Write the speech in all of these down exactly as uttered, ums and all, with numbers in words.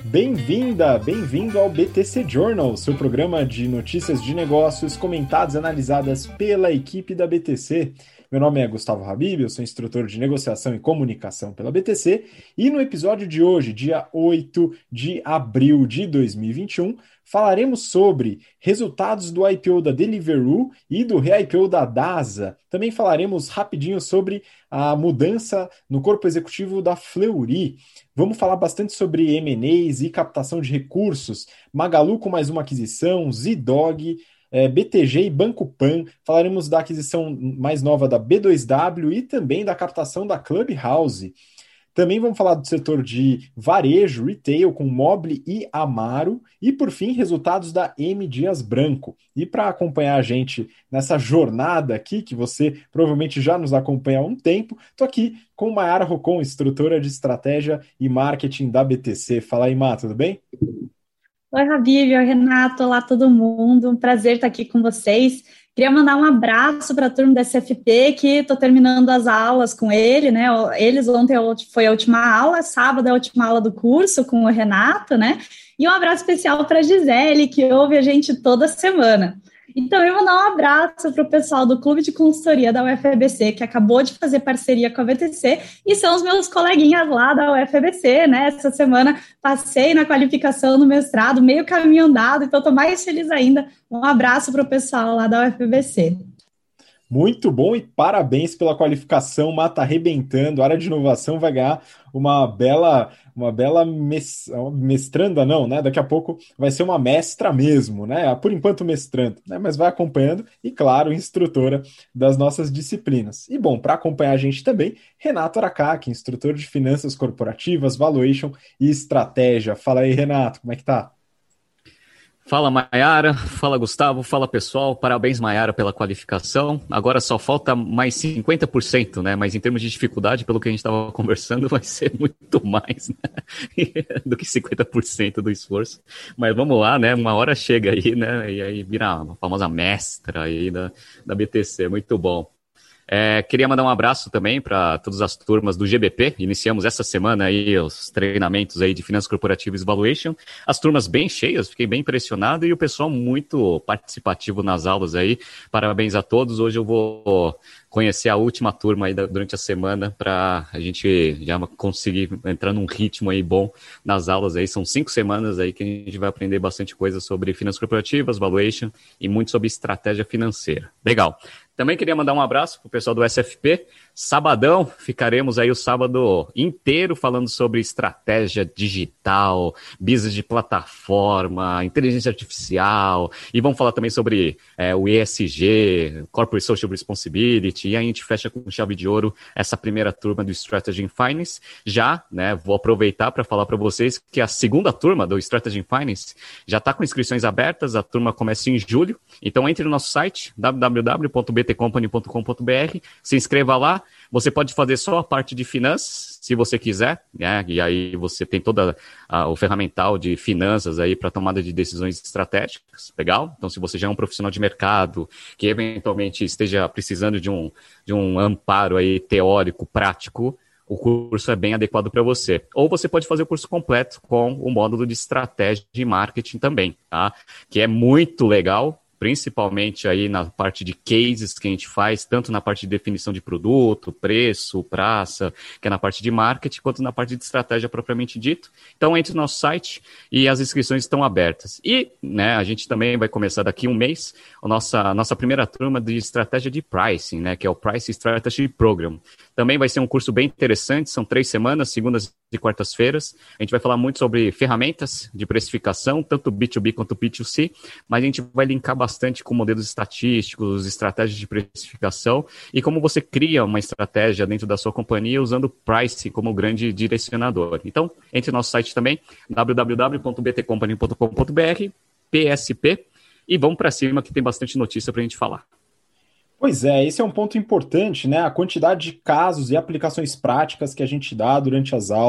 Bem-vinda, bem-vindo ao B T C Journal, seu programa de notícias de negócios comentadas e analisadas pela equipe da B T C. Meu nome é Gustavo Habib, eu sou instrutor de negociação e comunicação pela B T C e no episódio de hoje, dia oito de abril de dois mil e vinte e um, falaremos sobre resultados do I P O da Deliveroo e do re-I P O da Dasa. Também falaremos rapidinho sobre a mudança no corpo executivo da Fleury. Vamos falar bastante sobre M and As e captação de recursos, Magalu com mais uma aquisição, Zidog, é, B T G e Banco Pan. Falaremos da aquisição mais nova da B dois W e também da captação da Clubhouse. Também vamos falar do setor de varejo, retail, com Mobile e Amaro. E, por fim, resultados da M. Dias Branco. E para acompanhar a gente nessa jornada aqui, que você provavelmente já nos acompanha há um tempo, estou aqui com Mayara Rocon, instrutora de estratégia e marketing da B T C. Fala aí, Má, tudo bem? Oi, Habib, oi, Renato, olá todo mundo, um prazer estar aqui com vocês. Queria mandar um abraço para a turma da S F P, que estou terminando as aulas com ele, né? Eles ontem foi a última aula, sábado é a última aula do curso com o Renato, né? E um abraço especial para a Gisele, que ouve a gente toda semana. E também mandar um abraço para o pessoal do Clube de Consultoria da U F A B C, que acabou de fazer parceria com a B T C, e são os meus coleguinhas lá da U F A B C, né? Essa semana passei na qualificação no mestrado, meio caminho andado, então estou mais feliz ainda. Um abraço para o pessoal lá da U F A B C. Muito bom e parabéns pela qualificação, Má tá arrebentando, a área de inovação vai ganhar uma bela, uma bela mes, mestranda, não, né? Daqui a pouco vai ser uma mestra mesmo, né? Por enquanto mestrando, né? Mas vai acompanhando e, claro, instrutora das nossas disciplinas. E, bom, para acompanhar a gente também, Renato Aracaki, instrutor de finanças corporativas, valuation e estratégia. Fala aí, Renato, como é que tá? Fala, Mayara, fala, Gustavo, fala, pessoal, parabéns, Mayara, pela qualificação. Agora só falta mais cinquenta por cento, né, mas em termos de dificuldade, pelo que a gente estava conversando, vai ser muito mais, né, do que cinquenta por cento do esforço. Mas vamos lá, né, uma hora chega aí, né, e aí vira a famosa mestra aí da, da B T C, muito bom. É, queria mandar um abraço também para todas as turmas do G B P. Iniciamos essa semana aí os treinamentos aí de Finanças Corporativas e Valuation. As turmas bem cheias, fiquei bem impressionado e o pessoal muito participativo nas aulas aí. Parabéns a todos. Hoje eu vou conhecer a última turma aí durante a semana para a gente já conseguir entrar num ritmo aí bom nas aulas aí. São cinco semanas aí que a gente vai aprender bastante coisa sobre Finanças Corporativas, Valuation e muito sobre estratégia financeira. Legal. Também queria mandar um abraço para o pessoal do S F P. Sabadão, ficaremos aí o sábado inteiro falando sobre estratégia digital, business de plataforma, inteligência artificial, e vamos falar também sobre é, o E S G, Corporate Social Responsibility, e aí a gente fecha com chave de ouro essa primeira turma do Strategy in Finance. Já, né, vou aproveitar para falar para vocês que a segunda turma do Strategy in Finance já está com inscrições abertas, a turma começa em julho, então entre no nosso site, w w w ponto b t company ponto com ponto b r, se inscreva lá. Você pode fazer só a parte de finanças, se você quiser, né? E aí você tem todo o ferramental de finanças aí para tomada de decisões estratégicas, legal? Então, se você já é um profissional de mercado, que eventualmente esteja precisando de um, de um amparo aí teórico, prático, o curso é bem adequado para você. Ou você pode fazer o curso completo com o módulo de estratégia de marketing também, tá? Que é muito legal, principalmente aí na parte de cases que a gente faz, tanto na parte de definição de produto, preço, praça, que é na parte de marketing, quanto na parte de estratégia propriamente dito. Então, entre no nosso site e as inscrições estão abertas. E, né, a gente também vai começar daqui um mês a nossa, a nossa primeira turma de estratégia de pricing, né, que é o Price Strategy Program. Também vai ser um curso bem interessante, são três semanas, segundas e quartas-feiras. A gente vai falar muito sobre ferramentas de precificação, tanto B dois B quanto B dois C, mas a gente vai linkar bastante com modelos estatísticos, estratégias de precificação e como você cria uma estratégia dentro da sua companhia usando o price como grande direcionador. Então, entre no nosso site também, w w w ponto b t company ponto com ponto b r, P S P, e vamos para cima que tem bastante notícia para a gente falar. Pois é, esse é um ponto importante, né? A quantidade de casos e aplicações práticas que a gente dá durante as aulas,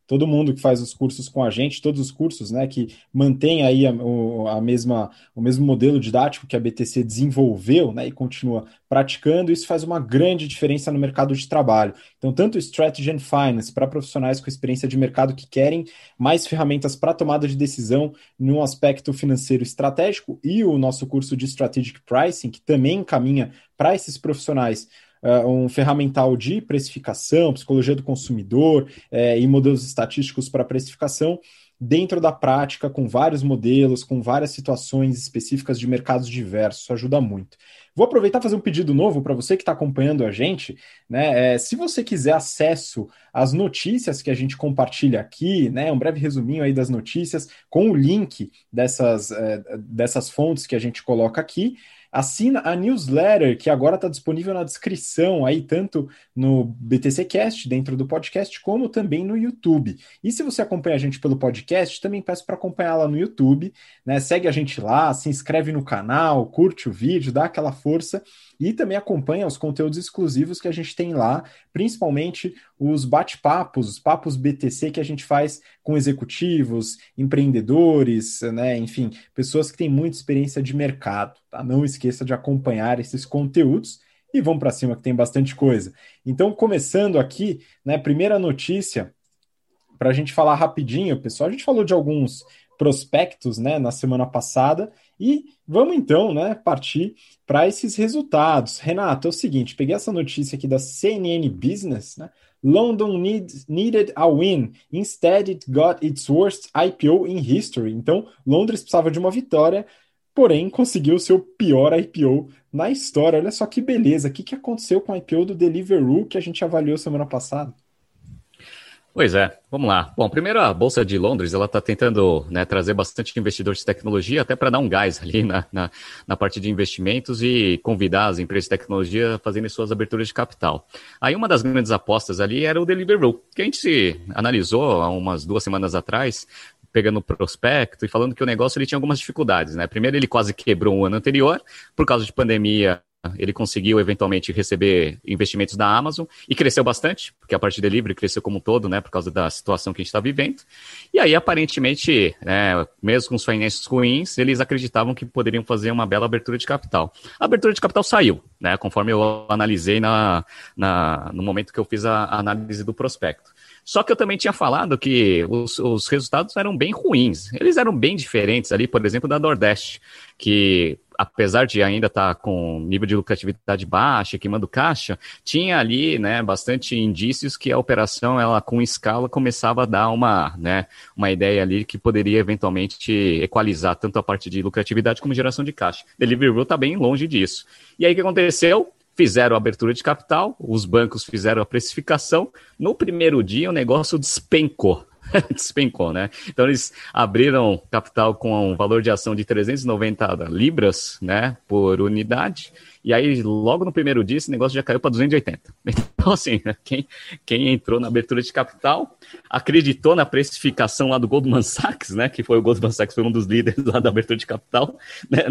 todo mundo que faz os cursos com a gente, todos os cursos, né, que mantém aí a, a mesma, o mesmo modelo didático que a B T C desenvolveu, né, e continua praticando, isso faz uma grande diferença no mercado de trabalho. Então, tanto o Strategy and Finance para profissionais com experiência de mercado que querem mais ferramentas para tomada de decisão num aspecto financeiro estratégico, e o nosso curso de Strategic Pricing, que também encaminha para esses profissionais Uh, um ferramental de precificação, psicologia do consumidor uh, e modelos estatísticos para precificação dentro da prática, com vários modelos, com várias situações específicas de mercados diversos. Isso ajuda muito. Vou aproveitar e fazer um pedido novo para você que está acompanhando a gente, né? É, se você quiser acesso às notícias que a gente compartilha aqui, né? Um breve resuminho aí das notícias, com o link dessas, é, dessas fontes que a gente coloca aqui, assina a newsletter, que agora está disponível na descrição aí, tanto no B T C Cast, dentro do podcast, como também no YouTube. E se você acompanha a gente pelo podcast, também peço para acompanhar lá no YouTube, né? Segue a gente lá, se inscreve no canal, curte o vídeo, dá aquela força e também acompanha os conteúdos exclusivos que a gente tem lá, principalmente os bate-papos, os papos B T C que a gente faz com executivos, empreendedores, né? Enfim, pessoas que têm muita experiência de mercado, tá? Não esqueça de acompanhar esses conteúdos e vamos para cima que tem bastante coisa. Então, começando aqui, né, primeira notícia, para a gente falar rapidinho, pessoal, a gente falou de alguns prospectos, né, na semana passada, e vamos então, né, partir para esses resultados. Renato, é o seguinte, peguei essa notícia aqui da C N N Business, né? London need, needed a win, instead it got its worst I P O in history. Então, Londres precisava de uma vitória, porém conseguiu o seu pior I P O na história. Olha só que beleza, o que, que aconteceu com o I P O do Deliveroo que a gente avaliou semana passada? Pois é, vamos lá. Bom, primeiro a Bolsa de Londres, ela está tentando, né, trazer bastante investidor de tecnologia, até para dar um gás ali na, na, na parte de investimentos e convidar as empresas de tecnologia a fazerem suas aberturas de capital. Aí uma das grandes apostas ali era o Deliveroo, que a gente se analisou há umas duas semanas atrás, pegando o prospecto e falando que o negócio ele tinha algumas dificuldades, né? Primeiro, ele quase quebrou o ano anterior, por causa de pandemia. Ele conseguiu, eventualmente, receber investimentos da Amazon e cresceu bastante, porque a parte de delivery cresceu como um todo, né, por causa da situação que a gente está vivendo. E aí, aparentemente, né, mesmo com os financials ruins, eles acreditavam que poderiam fazer uma bela abertura de capital. A abertura de capital saiu, né, conforme eu analisei na, na, no momento que eu fiz a análise do prospecto. Só que eu também tinha falado que os, os resultados eram bem ruins. Eles eram bem diferentes ali, por exemplo, da Nordeste, que apesar de ainda estar com nível de lucratividade baixa, queimando caixa, tinha ali, né, bastante indícios que a operação, ela com escala, começava a dar uma, né, uma ideia ali que poderia eventualmente equalizar tanto a parte de lucratividade como geração de caixa. Deliveroo está bem longe disso. E aí o que aconteceu? Fizeram a abertura de capital, os bancos fizeram a precificação. No primeiro dia, o negócio despencou. Despencou, né? Então, eles abriram capital com um valor de ação de trezentas e noventa libras, né, por unidade. E aí, logo no primeiro dia, esse negócio já caiu para duzentos e oitenta. Então, assim, quem, quem entrou na abertura de capital acreditou na precificação lá do Goldman Sachs, né? Que foi o Goldman Sachs, foi um dos líderes lá da abertura de capital. Né,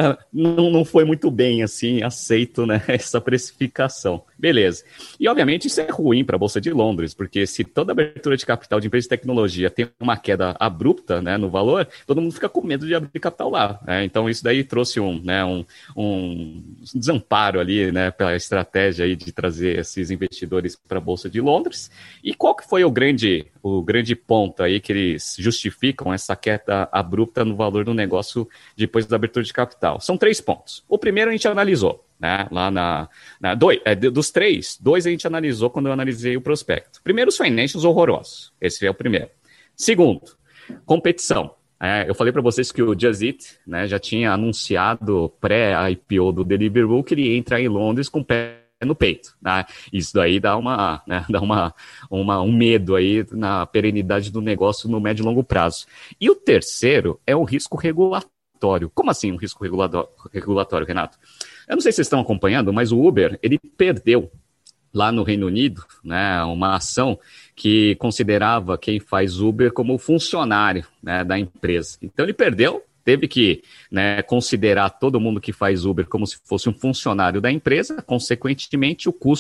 não, não foi muito bem, assim, aceito, né, essa precificação. Beleza. E, obviamente, isso é ruim para a Bolsa de Londres, porque se toda abertura de capital de empresa de tecnologia tem uma queda abrupta, né, no valor, todo mundo fica com medo de abrir capital lá. Né? Então, isso daí trouxe um, né, um, um desamparo ali, né, pela estratégia aí de trazer esses investidores para a Bolsa de Londres. E qual que foi o grande, o grande ponto aí que eles justificam essa queda abrupta no valor do negócio depois da abertura de capital? São três pontos. O primeiro a gente analisou, né, lá na, na dois, é, dos três, dois a gente analisou quando eu analisei o prospecto. Primeiro, os financials horrorosos. Esse é o primeiro. Segundo, competição. É, eu falei para vocês que o Just Eat, né, já tinha anunciado pré-I P O do Deliveroo que ele entra em Londres com o pé no peito. Né? Isso daí dá, uma, né, dá uma, uma, um medo aí na perenidade do negócio no médio e longo prazo. E o terceiro é o risco regulatório. Como assim um risco regulatório, Renato? Eu não sei se vocês estão acompanhando, mas o Uber, ele perdeu lá no Reino Unido, né, uma ação que considerava quem faz Uber como funcionário, né, da empresa. Então ele perdeu, teve que, né, considerar todo mundo que faz Uber como se fosse um funcionário da empresa, consequentemente o custo,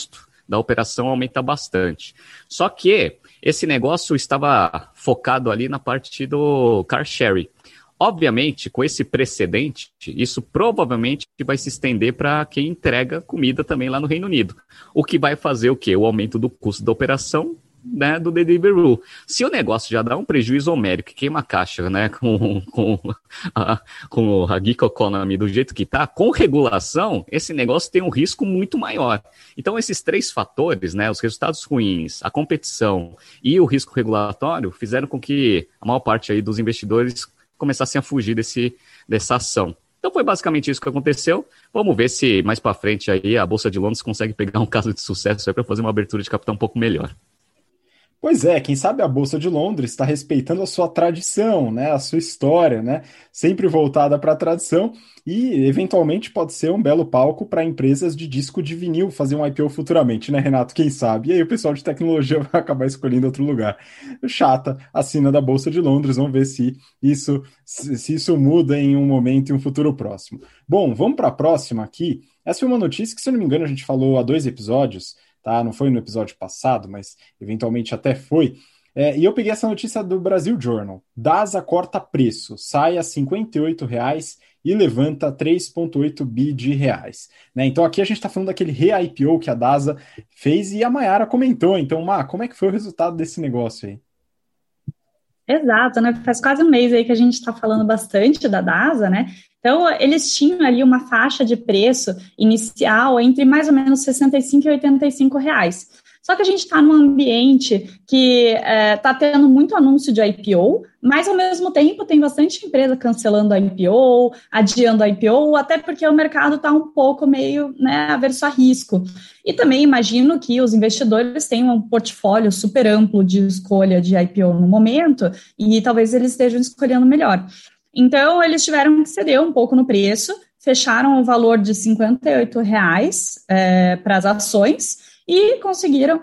da operação aumenta bastante. Só que esse negócio estava focado ali na parte do car sharing. Obviamente, com esse precedente, isso provavelmente vai se estender para quem entrega comida também lá no Reino Unido. O que vai fazer o quê? O aumento do custo da operação, né, do Deliveroo. Se o negócio já dá um prejuízo homérico, queima a caixa, né, com, com, a, com a gig economy do jeito que está, com regulação, esse negócio tem um risco muito maior. Então, esses três fatores, né, os resultados ruins, a competição e o risco regulatório, fizeram com que a maior parte aí dos investidores começassem a fugir desse, dessa ação. Então foi basicamente isso que aconteceu. Vamos ver se mais para frente aí a Bolsa de Londres consegue pegar um caso de sucesso para fazer uma abertura de capital um pouco melhor. Pois é, quem sabe a Bolsa de Londres está respeitando a sua tradição, né, a sua história, né, sempre voltada para a tradição e, eventualmente, pode ser um belo palco para empresas de disco de vinil fazer um I P O futuramente, né, Renato? Quem sabe? E aí o pessoal de tecnologia vai acabar escolhendo outro lugar. Chata, assina da Bolsa de Londres, vamos ver se isso, se, se isso muda em um momento e um futuro próximo. Bom, vamos para a próxima aqui. Essa foi uma notícia que, se eu não me engano, a gente falou há dois episódios, tá? Não foi no episódio passado, mas eventualmente até foi. É, e eu peguei essa notícia do Brasil Journal. DASA corta preço, sai a cinquenta e oito reais e levanta três vírgula oito bi de reais. Né? Então aqui a gente está falando daquele re-I P O que a DASA fez e a Mayara comentou. Então, Má, como é que foi o resultado desse negócio aí? Exato, né? Faz quase um mês aí que a gente está falando bastante da DASA, né? Então, eles tinham ali uma faixa de preço inicial entre mais ou menos sessenta e cinco e oitenta e cinco reais. Só que a gente está num ambiente que está é, tendo muito anúncio de I P O, mas ao mesmo tempo tem bastante empresa cancelando I P O, adiando I P O, até porque o mercado está um pouco meio, né, averso a risco. E também imagino que os investidores tenham um portfólio super amplo de escolha de I P O no momento e talvez eles estejam escolhendo melhor. Então, eles tiveram que ceder um pouco no preço, fecharam o valor de cinquenta e oito reais é, para as ações e conseguiram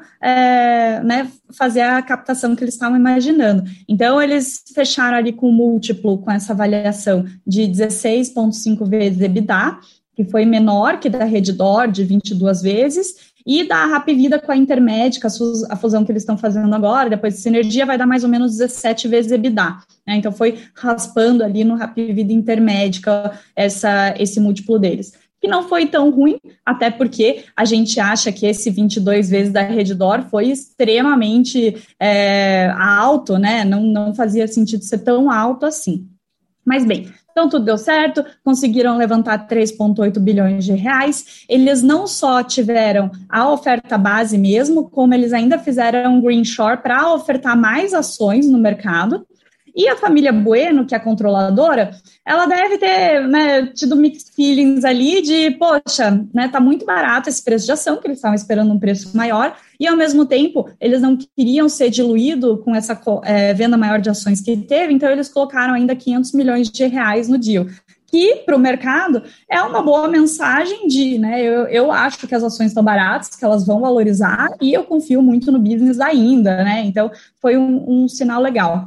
é, né, fazer a captação que eles estavam imaginando. Então, eles fecharam ali com um múltiplo, com essa avaliação de dezesseis vírgula cinco vezes EBITDA, que foi menor que da Redditor, de vinte e duas vezes, e da Hapvida com a Intermédica, a fusão que eles estão fazendo agora, depois de sinergia, vai dar mais ou menos dezessete vezes EBITDA. Né? Então, foi raspando ali no Hapvida Intermédica essa, esse múltiplo deles. Que não foi tão ruim, até porque a gente acha que esse vinte e duas vezes da Redditor foi extremamente é, alto, né? Não, não fazia sentido ser tão alto assim. Mas bem, então tudo deu certo, conseguiram levantar três vírgula oito bilhões de reais, eles não só tiveram a oferta base mesmo, como eles ainda fizeram um green shore para ofertar mais ações no mercado. E a família Bueno, que é a controladora, ela deve ter, né, tido mixed feelings ali de, poxa, né, tá muito barato esse preço de ação, que eles estavam esperando um preço maior, e ao mesmo tempo eles não queriam ser diluídos com essa é, venda maior de ações que teve, então eles colocaram ainda quinhentos milhões de reais no deal. Que para o mercado é uma boa mensagem de, né, eu, eu acho que as ações estão baratas, que elas vão valorizar, e eu confio muito no business ainda, né, então foi um, um sinal legal.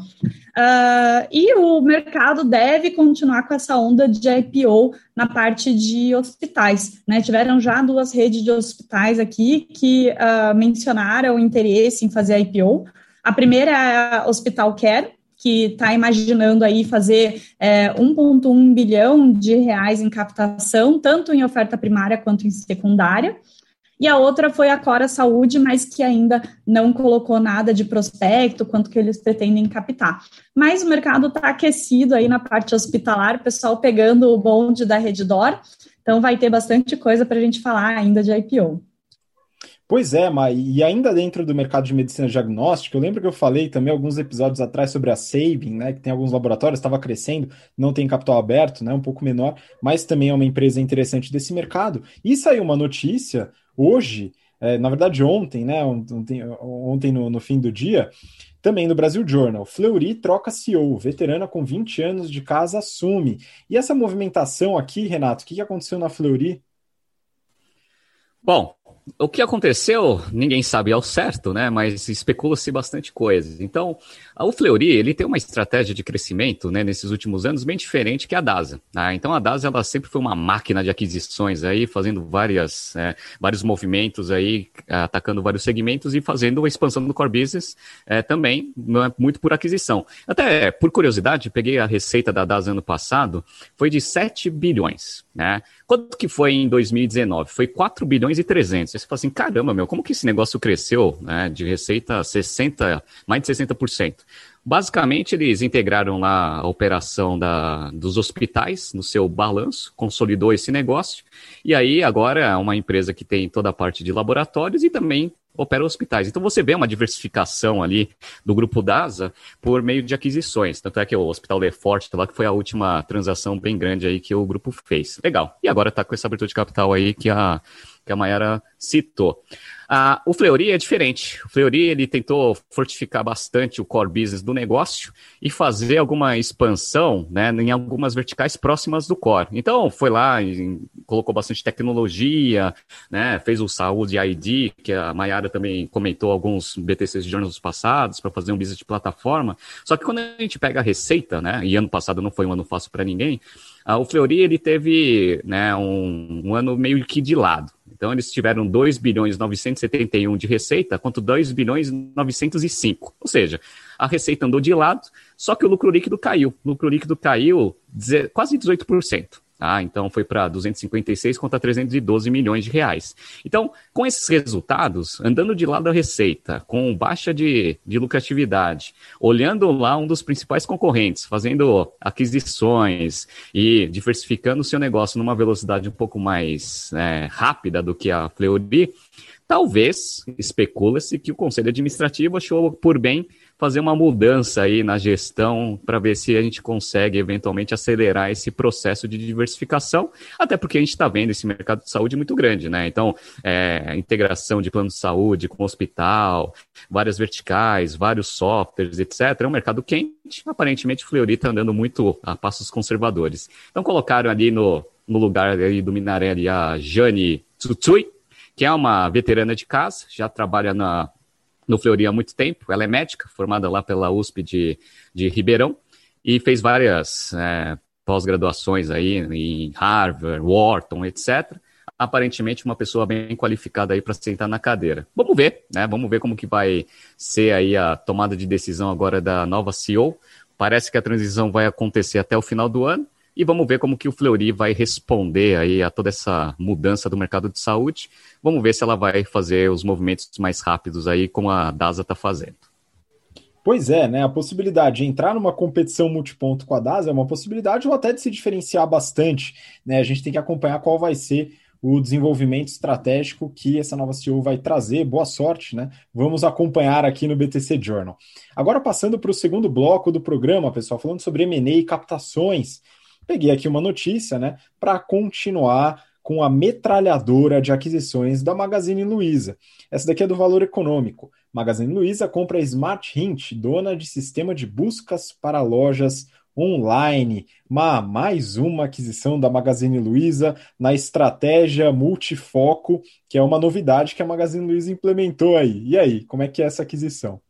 Uh, e o mercado deve continuar com essa onda de I P O na parte de hospitais, né? Tiveram já duas redes de hospitais aqui que uh, mencionaram interesse em fazer I P O. A primeira é a Hospital Care, que está imaginando aí fazer é, um vírgula um bilhão de reais em captação, tanto em oferta primária quanto em secundária. E a outra foi a Cora Saúde, mas que ainda não colocou nada de prospecto, quanto que eles pretendem captar. Mas o mercado está aquecido aí na parte hospitalar, o pessoal pegando o bonde da Redditor, então vai ter bastante coisa para a gente falar ainda de I P O. Pois é, Mai, e ainda dentro do mercado de medicina diagnóstica, eu lembro que eu falei também alguns episódios atrás sobre a Sabin, né, que tem alguns laboratórios, estava crescendo, não tem capital aberto, né, um pouco menor, mas também é uma empresa interessante desse mercado. E saiu uma notícia hoje, é, na verdade ontem, né, ontem, ontem no, no fim do dia, também no Brasil Journal, Fleury troca C E O, veterana com vinte anos de casa assume. E essa movimentação aqui, Renato, o que aconteceu na Fleury? Bom, o que aconteceu, ninguém sabe ao certo, né? Mas especula-se bastante coisa. Então, o Fleury, ele tem uma estratégia de crescimento, né, nesses últimos anos bem diferente que a DASA. Tá? Então, a DASA, ela sempre foi uma máquina de aquisições aí, fazendo várias, é, vários movimentos aí, atacando vários segmentos e fazendo a expansão do core business é, também, não é muito por aquisição. Até, por curiosidade, peguei a receita da DASA ano passado, foi de sete bilhões, né? Quanto que foi em dois mil e dezenove? Foi quatro bilhões e trezentos. Aí você fala assim, caramba, meu, como que esse negócio cresceu, né, de receita sessenta, mais de sessenta por cento? Basicamente, eles integraram lá a operação da, dos hospitais no seu balanço, consolidou esse negócio, e aí agora é uma empresa que tem toda a parte de laboratórios e também opera hospitais. Então você vê uma diversificação ali do grupo DASA por meio de aquisições. Tanto é que o Hospital Lefort, lá que foi a última transação bem grande aí que o grupo fez. Legal. E agora está com essa abertura de capital aí que a, que a Mayara citou. Ah, o Fleury é diferente. O Fleury, ele tentou fortificar bastante o core business do negócio e fazer alguma expansão, né, em algumas verticais próximas do core. Então, foi lá e colocou bastante tecnologia, né, fez o Saúde I D, que a Mayara também comentou alguns B T Cs de jornais passados, para fazer um business de plataforma. Só que quando a gente pega a receita, né, e ano passado não foi um ano fácil para ninguém, ah, o Fleury, ele teve, né, um, um ano meio que de lado. Então, eles tiveram dois bilhões novecentos e setenta e um de receita, quanto dois bilhões novecentos e cinco. Ou seja, a receita andou de lado, só que o lucro líquido caiu. O lucro líquido caiu quase dezoito por cento. Ah, então foi para duzentos e cinquenta e seis contra trezentos e doze milhões de reais. Então, com esses resultados, andando de lado a receita, com baixa de, de lucratividade, olhando lá um dos principais concorrentes, fazendo aquisições e diversificando o seu negócio numa velocidade um pouco mais é, rápida do que a Fleury, talvez especula-se que o Conselho Administrativo achou por bem fazer uma mudança aí na gestão para ver se a gente consegue eventualmente acelerar esse processo de diversificação, até porque a gente está vendo esse mercado de saúde muito grande, né? Então, é, integração de plano de saúde com hospital, várias verticais, vários softwares, etcétera. É um mercado quente, aparentemente o Fleury está andando muito a passos conservadores. Então, colocaram ali no, no lugar ali do Minarelli a Jane Tsutsui, que é uma veterana de casa, já trabalha na no Fleury há muito tempo. Ela é médica, formada lá pela U S P de, de Ribeirão, e fez várias é, pós-graduações aí em Harvard, Wharton, etcétera. Aparentemente uma pessoa bem qualificada aí para sentar na cadeira. Vamos ver, né? Vamos ver como que vai ser aí a tomada de decisão agora da nova C E O. Parece que a transição vai acontecer até o final do ano. E vamos ver como que o Fleury vai responder aí a toda essa mudança do mercado de saúde. Vamos ver se ela vai fazer os movimentos mais rápidos aí, como a DASA está fazendo. Pois é, né? A possibilidade de entrar numa competição multiponto com a DASA é uma possibilidade, ou até de se diferenciar bastante, né? A gente tem que acompanhar qual vai ser o desenvolvimento estratégico que essa nova C E O vai trazer. Boa sorte, né? Vamos acompanhar aqui no B T C Journal. Agora, passando para o segundo bloco do programa, pessoal, falando sobre M and A e captações. Peguei aqui uma notícia, né, para continuar com a metralhadora de aquisições da Magazine Luiza. Essa daqui é do Valor Econômico. Magazine Luiza compra a Smart Hint, dona de sistema de buscas para lojas online. Uma, mais uma aquisição da Magazine Luiza na estratégia multifoco, que é uma novidade que a Magazine Luiza implementou aí. E aí, como é que é essa aquisição?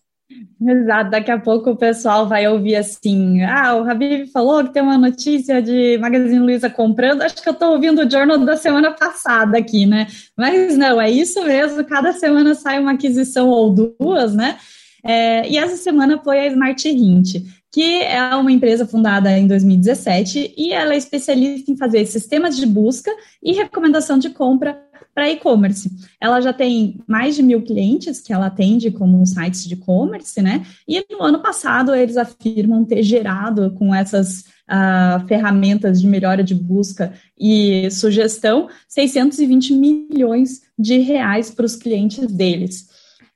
Exato, daqui a pouco o pessoal vai ouvir assim, ah, o Habib falou que tem uma notícia de Magazine Luiza comprando, acho que eu estou ouvindo o Journal da semana passada aqui, né? Mas não, é isso mesmo, cada semana sai uma aquisição ou duas, né? É, e essa semana foi a Smart Hint, que é uma empresa fundada em dois mil e dezessete e ela é especialista em fazer sistemas de busca e recomendação de compra para e-commerce. Ela já tem mais de mil clientes que ela atende como sites de e-commerce, né? E no ano passado eles afirmam ter gerado com essas uh, ferramentas de melhora de busca e sugestão seiscentos e vinte milhões de reais para os clientes deles.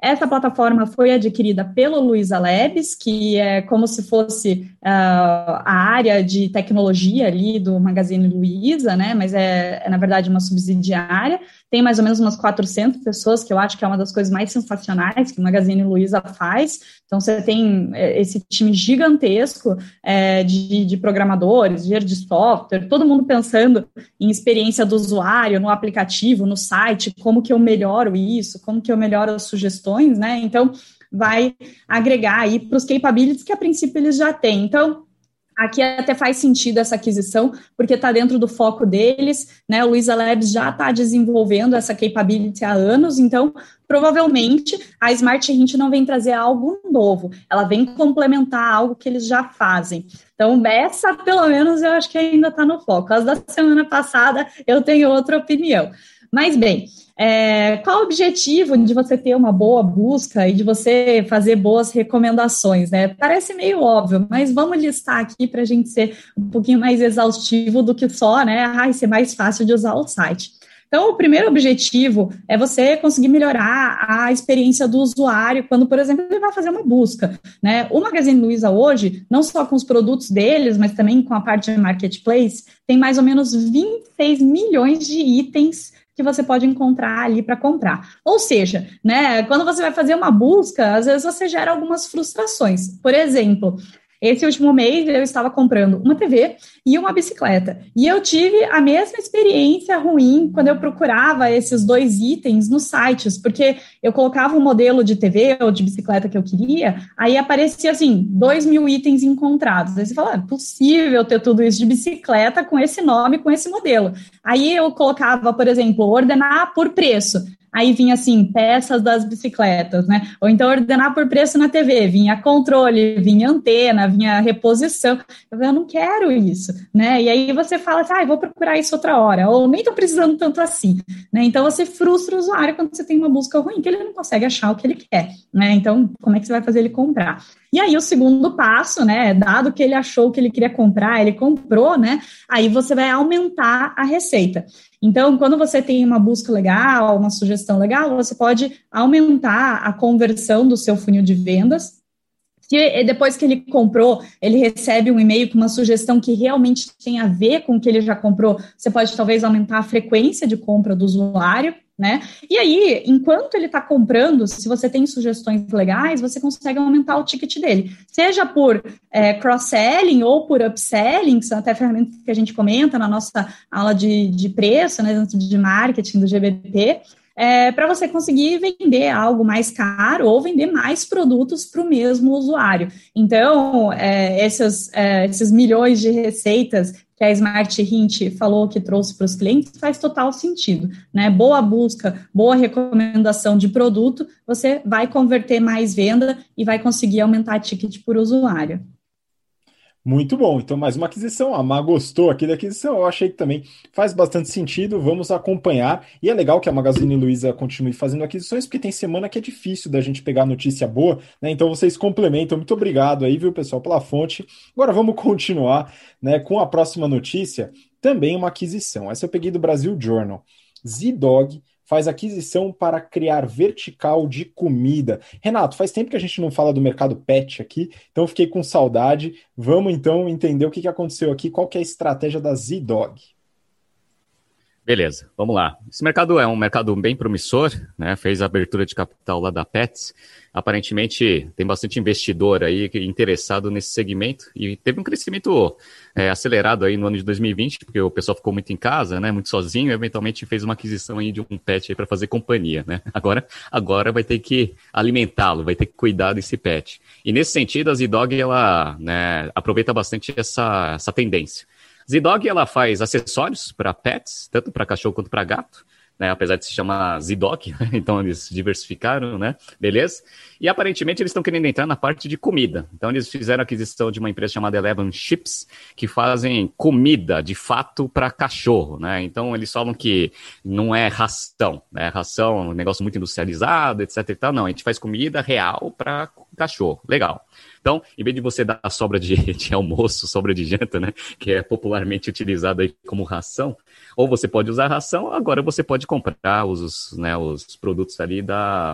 Essa plataforma foi adquirida pelo Luiza Labs, que é como se fosse uh, a área de tecnologia ali do Magazine Luiza, né? Mas é, é, na verdade, uma subsidiária. Tem mais ou menos umas quatrocentas pessoas, que eu acho que é uma das coisas mais sensacionais que o Magazine Luiza faz. Então, você tem esse time gigantesco é, de, de programadores, engenheiros de software, todo mundo pensando em experiência do usuário, no aplicativo, no site, como que eu melhoro isso, como que eu melhoro as sugestões, né? Então, vai agregar aí para os capabilities que, a princípio, eles já têm. Então, aqui até faz sentido essa aquisição, porque está dentro do foco deles, né? O Luiza Labs já está desenvolvendo essa capability há anos, então, provavelmente, a Smart Hint não vem trazer algo novo, ela vem complementar algo que eles já fazem. Então, essa, pelo menos, eu acho que ainda está no foco. As da semana passada, eu tenho outra opinião. Mas, bem, é, qual o objetivo de você ter uma boa busca e de você fazer boas recomendações, né? Parece meio óbvio, mas vamos listar aqui para a gente ser um pouquinho mais exaustivo do que só, né? Ah, ser mais fácil de usar o site. Então, o primeiro objetivo é você conseguir melhorar a experiência do usuário quando, por exemplo, ele vai fazer uma busca, né? O Magazine Luiza hoje, não só com os produtos deles, mas também com a parte de marketplace, tem mais ou menos vinte e seis milhões de itens que você pode encontrar ali para comprar. Ou seja, né, quando você vai fazer uma busca, às vezes você gera algumas frustrações. Por exemplo, esse último mês eu estava comprando uma T V e uma bicicleta. E eu tive a mesma experiência ruim quando eu procurava esses dois itens nos sites, porque eu colocava um modelo de T V ou de bicicleta que eu queria, aí aparecia assim, dois mil itens encontrados. Aí você fala, ah, é possível ter tudo isso de bicicleta com esse nome, com esse modelo. Aí eu colocava, por exemplo, ordenar por preço. Aí vinha assim, peças das bicicletas, né? Ou então ordenar por preço na T V, vinha controle, vinha antena, vinha reposição. Eu falei, eu não quero isso, né? E aí você fala assim, ah, eu vou procurar isso outra hora, ou nem tô precisando tanto assim, né? Então você frustra o usuário quando você tem uma busca ruim, que ele não consegue achar o que ele quer, né? Então, como é que você vai fazer ele comprar? E aí o segundo passo, né, dado que ele achou o que ele queria comprar, ele comprou, né, aí você vai aumentar a receita. Então, quando você tem uma busca legal, uma sugestão legal, você pode aumentar a conversão do seu funil de vendas. Se depois que ele comprou, ele recebe um e-mail com uma sugestão que realmente tem a ver com o que ele já comprou, você pode talvez aumentar a frequência de compra do usuário, né? E aí, enquanto ele está comprando, se você tem sugestões legais, você consegue aumentar o ticket dele, seja por é, cross-selling ou por upselling, que são até ferramentas que a gente comenta na nossa aula de, de preço, né, de marketing do G B P, é, para você conseguir vender algo mais caro ou vender mais produtos para o mesmo usuário. Então, é, esses, é, esses milhões de receitas que a Smart Hint falou que trouxe para os clientes, faz total sentido, né? Boa busca, boa recomendação de produto, você vai converter mais venda e vai conseguir aumentar a ticket por usuário. Muito bom, então mais uma aquisição, a Má gostou aqui da aquisição, eu achei que também faz bastante sentido, vamos acompanhar, e é legal que a Magazine Luiza continue fazendo aquisições, porque tem semana que é difícil da gente pegar notícia boa, né, então vocês complementam, muito obrigado aí, viu pessoal, pela fonte. Agora vamos continuar, né, com a próxima notícia, também uma aquisição, essa eu peguei do Brasil Journal, Z-Dog faz aquisição para criar vertical de comida. Renato, faz tempo que a gente não fala do mercado pet aqui, então fiquei com saudade. Vamos então entender o que aconteceu aqui, qual que é a estratégia da Z-Dog. Beleza, vamos lá. Esse mercado é um mercado bem promissor, né? Fez a abertura de capital lá da Pets. Aparentemente tem bastante investidor aí interessado nesse segmento e teve um crescimento é, acelerado aí no ano de dois mil e vinte, porque o pessoal ficou muito em casa, né? Muito sozinho, e eventualmente fez uma aquisição aí de um pet aí para fazer companhia, né? Agora, agora vai ter que alimentá-lo, vai ter que cuidar desse pet. E nesse sentido, a Z-Dog, ela, né, aproveita bastante essa, essa tendência. Z-Dog, ela faz acessórios para pets, tanto para cachorro quanto para gato, né? Apesar de se chamar Z-Dog, então eles diversificaram, né? Beleza? E aparentemente eles estão querendo entrar na parte de comida. Então eles fizeram a aquisição de uma empresa chamada Eleven Chips, que fazem comida, de fato, para cachorro, né? Então eles falam que não é ração, né? Ração é um negócio muito industrializado, etc e tal. Não, a gente faz comida real para cachorro. Legal. Então, em vez de você dar a sobra de, de almoço, sobra de janta, né, que é popularmente utilizado aí como ração, ou você pode usar ração, agora você pode comprar os, né, os produtos ali da,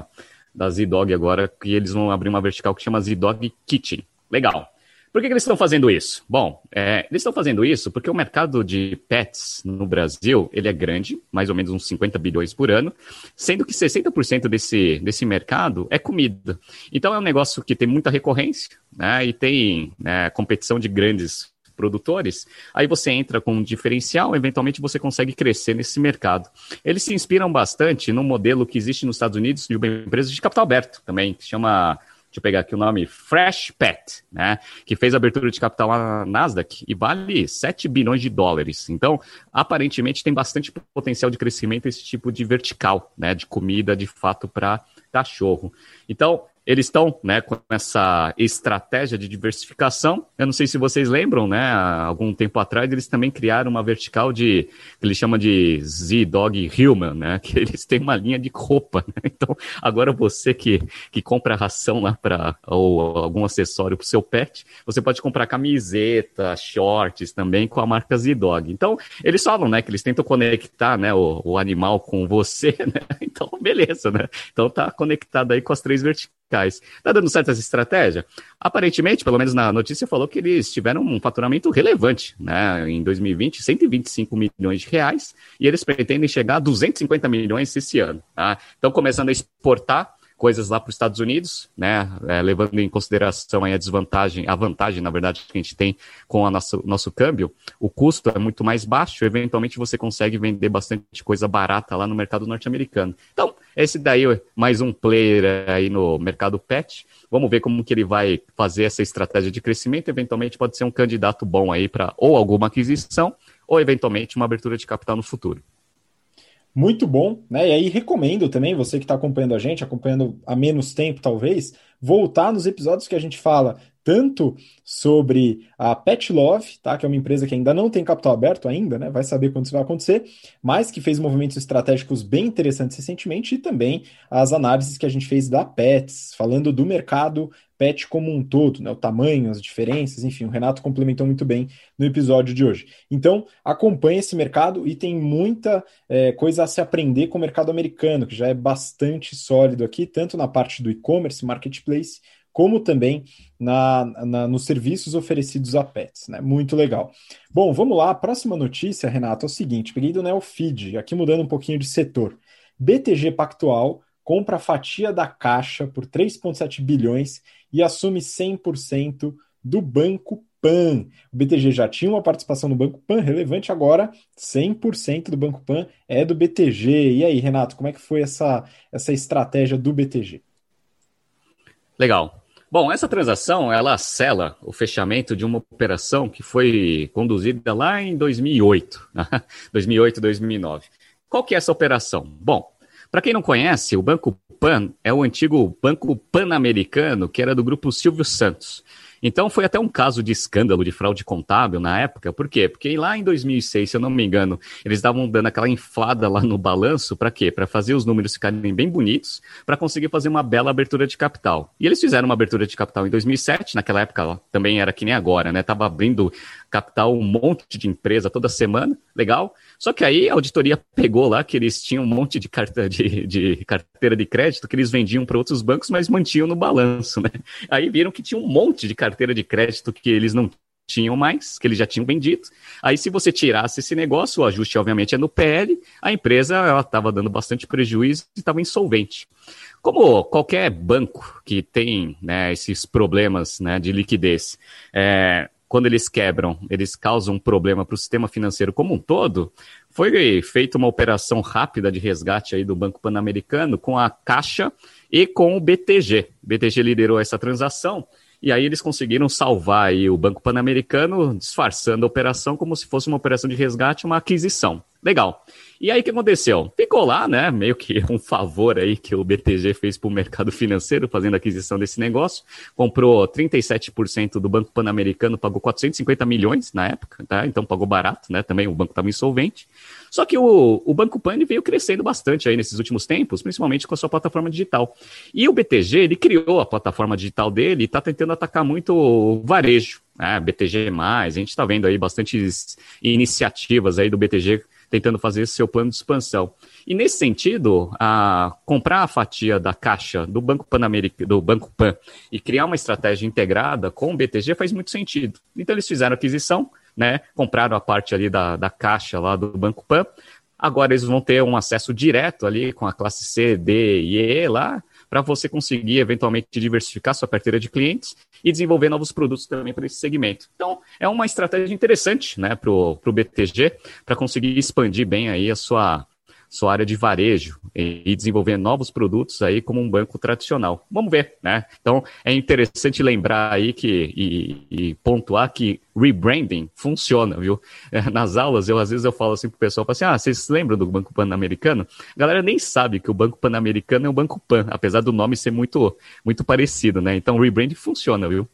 da Z-Dog agora, que eles vão abrir uma vertical que chama Z-Dog Kitchen. Legal. Por que, que eles estão fazendo isso? Bom, é, eles estão fazendo isso porque o mercado de pets no Brasil, ele é grande, mais ou menos uns cinquenta bilhões por ano, sendo que sessenta por cento desse, desse mercado é comida. Então é um negócio que tem muita recorrência, né, e tem, né, competição de grandes produtores. Aí você entra com um diferencial, eventualmente você consegue crescer nesse mercado. Eles se inspiram bastante no modelo que existe nos Estados Unidos de uma empresa de capital aberto também, que chama... Deixa eu pegar aqui o nome, Freshpet, né, que fez abertura de capital na Nasdaq e vale sete bilhões de dólares. Então, aparentemente, tem bastante potencial de crescimento esse tipo de vertical, né, de comida, de fato, para cachorro. Então, eles estão, né, com essa estratégia de diversificação. Eu não sei se vocês lembram, né, há algum tempo atrás eles também criaram uma vertical de, que eles chamam de Z-Dog Human, né, que eles têm uma linha de roupa, né? Então, agora você que, que compra ração lá para ou algum acessório para o seu pet, você pode comprar camiseta, shorts também com a marca Z-Dog. Então, eles falam, né, que eles tentam conectar, né, o, o animal com você, né? Então, beleza, né? Então, tá conectado aí com as três verticais. Tá dando certo essa estratégia? Aparentemente, pelo menos na notícia, falou que eles tiveram um faturamento relevante, né? Em dois mil e vinte, cento e vinte e cinco milhões de reais, e eles pretendem chegar a duzentos e cinquenta milhões esse ano. Tá? Estão começando a exportar coisas lá para os Estados Unidos, né, é, levando em consideração aí a desvantagem, a vantagem, na verdade, que a gente tem com o nosso, nosso câmbio, o custo é muito mais baixo, eventualmente você consegue vender bastante coisa barata lá no mercado norte-americano. Então, esse daí é mais um player aí no mercado pet, vamos ver como que ele vai fazer essa estratégia de crescimento, eventualmente pode ser um candidato bom aí para ou alguma aquisição, ou eventualmente uma abertura de capital no futuro. Muito bom, né? E aí recomendo também, você que está acompanhando a gente, acompanhando há menos tempo talvez, voltar nos episódios que a gente fala tanto sobre a Pet Love, tá? Que é uma empresa que ainda não tem capital aberto ainda, né? Vai saber quando isso vai acontecer, mas que fez movimentos estratégicos bem interessantes recentemente e também as análises que a gente fez da Pets, falando do mercado pet como um todo, né? O tamanho, as diferenças, enfim, o Renato complementou muito bem no episódio de hoje. Então, acompanhe esse mercado e tem muita é, coisa a se aprender com o mercado americano, que já é bastante sólido aqui, tanto na parte do e-commerce, marketplace, como também na, na, nos serviços oferecidos a pets, né? Muito legal. Bom, vamos lá. A próxima notícia, Renato, é o seguinte, peguei do Neofeed, aqui mudando um pouquinho de setor. B T G Pactual compra a fatia da Caixa por três vírgula sete bilhões e assume cem por cento do Banco Pan. O B T G já tinha uma participação no Banco Pan relevante, agora cem por cento do Banco Pan é do B T G. E aí, Renato, como é que foi essa, essa estratégia do B T G? Legal. Bom, essa transação, ela sela o fechamento de uma operação que foi conduzida lá em dois mil e oito, dois mil e oito, dois mil e nove. Qual que é essa operação? Bom, para quem não conhece, o Banco Pan é o antigo Banco Pan-Americano, que era do grupo Silvio Santos. Então foi até um caso de escândalo de fraude contábil na época. Por quê? Porque lá em dois mil e seis, se eu não me engano, eles estavam dando aquela inflada lá no balanço. Para quê? Para fazer os números ficarem bem bonitos, para conseguir fazer uma bela abertura de capital. E eles fizeram uma abertura de capital em dois mil e sete, naquela época também era que nem agora, né? Tava abrindo capital um monte de empresa toda semana, legal. Só que aí a auditoria pegou lá que eles tinham um monte de, carta, de, de carteira de crédito que eles vendiam para outros bancos, mas mantinham no balanço, né? Aí viram que tinha um monte de carteira de crédito que eles não tinham mais, que eles já tinham vendido. Aí se você tirasse esse negócio, o ajuste obviamente é no P L, a empresa ela estava dando bastante prejuízo e estava insolvente. Como qualquer banco que tem, né, esses problemas, né, de liquidez, é, quando eles quebram, eles causam um problema para o sistema financeiro como um todo, foi feita uma operação rápida de resgate aí do Banco Pan-Americano com a Caixa e com o B T G. O B T G liderou essa transação e aí eles conseguiram salvar aí o Banco Pan-Americano, disfarçando a operação como se fosse uma operação de resgate, uma aquisição. Legal. E aí o que aconteceu? Ficou lá, né, meio que um favor aí que o B T G fez para o mercado financeiro, fazendo a aquisição desse negócio, comprou trinta e sete por cento do Banco Pan-Americano, pagou quatrocentos e cinquenta milhões na época, tá? Então pagou barato, né, também o banco estava insolvente. Só que o, o Banco Pan veio crescendo bastante aí nesses últimos tempos, principalmente com a sua plataforma digital. E o B T G, ele criou a plataforma digital dele e está tentando atacar muito o varejo, né, B T G mais, a gente está vendo aí bastantes iniciativas aí do B T G tentando fazer esse seu plano de expansão. E nesse sentido, a, comprar a fatia da caixa do Banco Pan-Americano, do Banco Pan, e criar uma estratégia integrada com o B T G faz muito sentido. Então eles fizeram aquisição, né, compraram a parte ali da, da caixa lá do Banco Pan. Agora eles vão ter um acesso direto ali com a classe C, D e E lá, para você conseguir eventualmente diversificar sua carteira de clientes e desenvolver novos produtos também para esse segmento. Então, é uma estratégia interessante, né, para o B T G, para conseguir expandir bem aí a sua, sua área de varejo e, e desenvolver novos produtos aí como um banco tradicional. Vamos ver, né? Então, é interessante lembrar aí que, e, e pontuar que rebranding funciona, viu? Nas aulas, eu às vezes eu falo assim pro pessoal, falo assim, ah, vocês lembram do Banco Pan-Americano? A galera nem sabe que o Banco Pan-Americano é o Banco Pan, apesar do nome ser muito, muito parecido, né? Então, rebranding funciona, viu?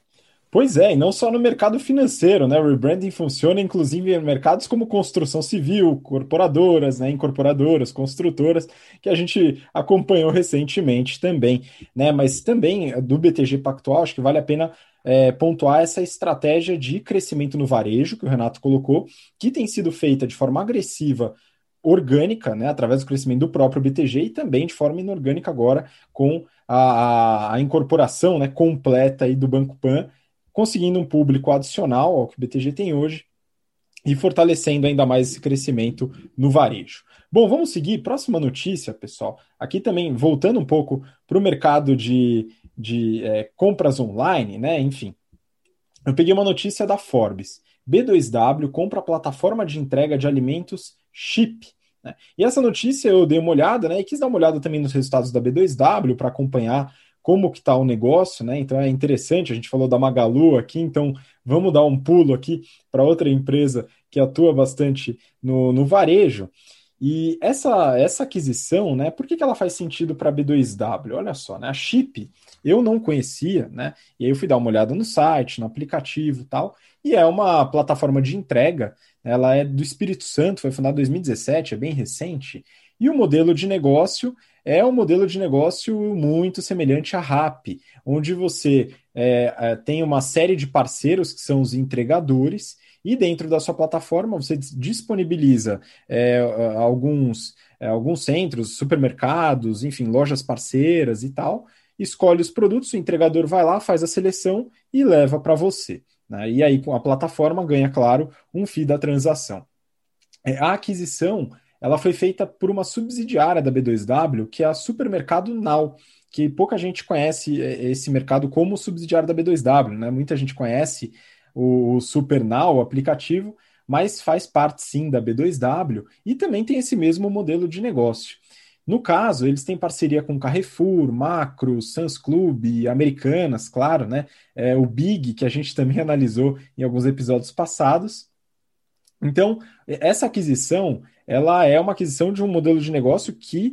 Pois é, e não só no mercado financeiro, né? O rebranding funciona inclusive em mercados como construção civil, corporadoras, né? Incorporadoras, construtoras, que a gente acompanhou recentemente também, né? Mas também do B T G Pactual, acho que vale a pena é, pontuar essa estratégia de crescimento no varejo que o Renato colocou, que tem sido feita de forma agressiva, orgânica, né, através do crescimento do próprio B T G e também de forma inorgânica agora com a, a incorporação, né, completa aí do Banco Pan, conseguindo um público adicional ao que o B T G tem hoje e fortalecendo ainda mais esse crescimento no varejo. Bom, vamos seguir. Próxima notícia, pessoal. Aqui também, voltando um pouco para o mercado de, de é, compras online, né? Enfim, eu peguei uma notícia da Forbes. B dois W compra a plataforma de entrega de alimentos Shipp. Né? E essa notícia eu dei uma olhada, né? E quis dar uma olhada também nos resultados da B dois W para acompanhar como que está o negócio, né? Então é interessante, a gente falou da Magalu aqui, então vamos dar um pulo aqui para outra empresa que atua bastante no, no varejo. E essa, essa aquisição, né? Por que, que ela faz sentido para a B dois W? Olha só, né? A Shipp eu não conhecia, né? E aí eu fui dar uma olhada no site, no aplicativo e tal, e é uma plataforma de entrega, ela é do Espírito Santo, foi fundada em dois mil e dezessete, é bem recente, e o modelo de negócio é um modelo de negócio muito semelhante à Rappi, onde você é, é, tem uma série de parceiros que são os entregadores, e dentro da sua plataforma você disponibiliza é, alguns, é, alguns centros, supermercados, enfim, lojas parceiras e tal, escolhe os produtos, o entregador vai lá, faz a seleção e leva para você. Né? E aí, com a plataforma, ganha, claro, um fee da transação. É, a aquisição ela foi feita por uma subsidiária da B dois W, que é a Supermercado Now, que pouca gente conhece esse mercado como subsidiário da B dois W. Né? Muita gente conhece o, o Super Now, o aplicativo, mas faz parte, sim, da B dois W e também tem esse mesmo modelo de negócio. No caso, eles têm parceria com Carrefour, Macro, Sam's Club, Americanas, claro, né? É, o Big, que a gente também analisou em alguns episódios passados. Então, essa aquisição, ela é uma aquisição de um modelo de negócio que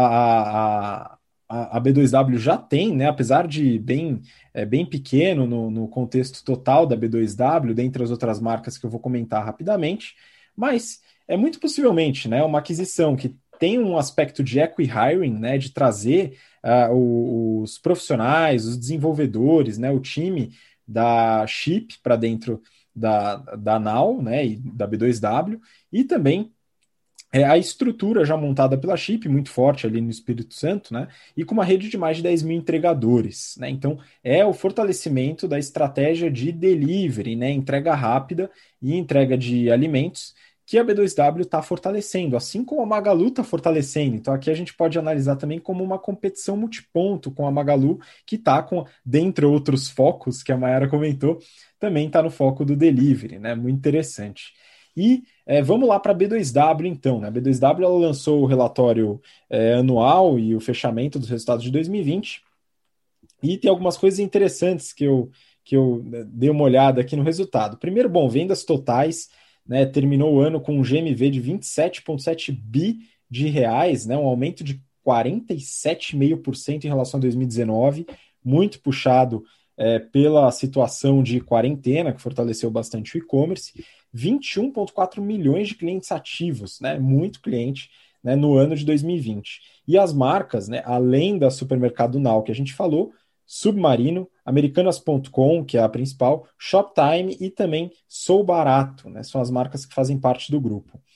a, a, a B dois W já tem, né? Apesar de bem, é, bem pequeno no, no contexto total da B dois W, dentre as outras marcas que eu vou comentar rapidamente, mas é muito possivelmente, né, uma aquisição que tem um aspecto de equi-hiring, né, de trazer uh, os profissionais, os desenvolvedores, né, o time da Shipp para dentro da, da Now, né, e da B dois W, e também é, a estrutura já montada pela Shipp, muito forte ali no Espírito Santo, né, e com uma rede de mais de dez mil entregadores. Né, então, é o fortalecimento da estratégia de delivery, né, entrega rápida e entrega de alimentos, que a B dois W está fortalecendo, assim como a Magalu está fortalecendo. Então aqui a gente pode analisar também como uma competição multiponto com a Magalu, que está com, dentre outros focos que a Mayara comentou, também está no foco do delivery, né? Muito interessante. E é, vamos lá para a B dois W então. Né? A B dois W ela lançou o relatório é, anual e o fechamento dos resultados de dois mil e vinte, e tem algumas coisas interessantes que eu, que eu dei uma olhada aqui no resultado. Primeiro, bom, vendas totais, né, terminou o ano com um G M V de vinte e sete vírgula sete bi de reais, né, um aumento de quarenta e sete vírgula cinco por cento em relação a dois mil e dezenove, muito puxado é, pela situação de quarentena, que fortaleceu bastante o e-commerce, vinte e um vírgula quatro milhões de clientes ativos, né, muito cliente, né, no ano de dois mil e vinte. E as marcas, né, além da Supermercado Now que a gente falou, Submarino, Americanas ponto com, que é a principal, Shoptime e também Sou Barato, né? São as marcas que fazem parte do grupo.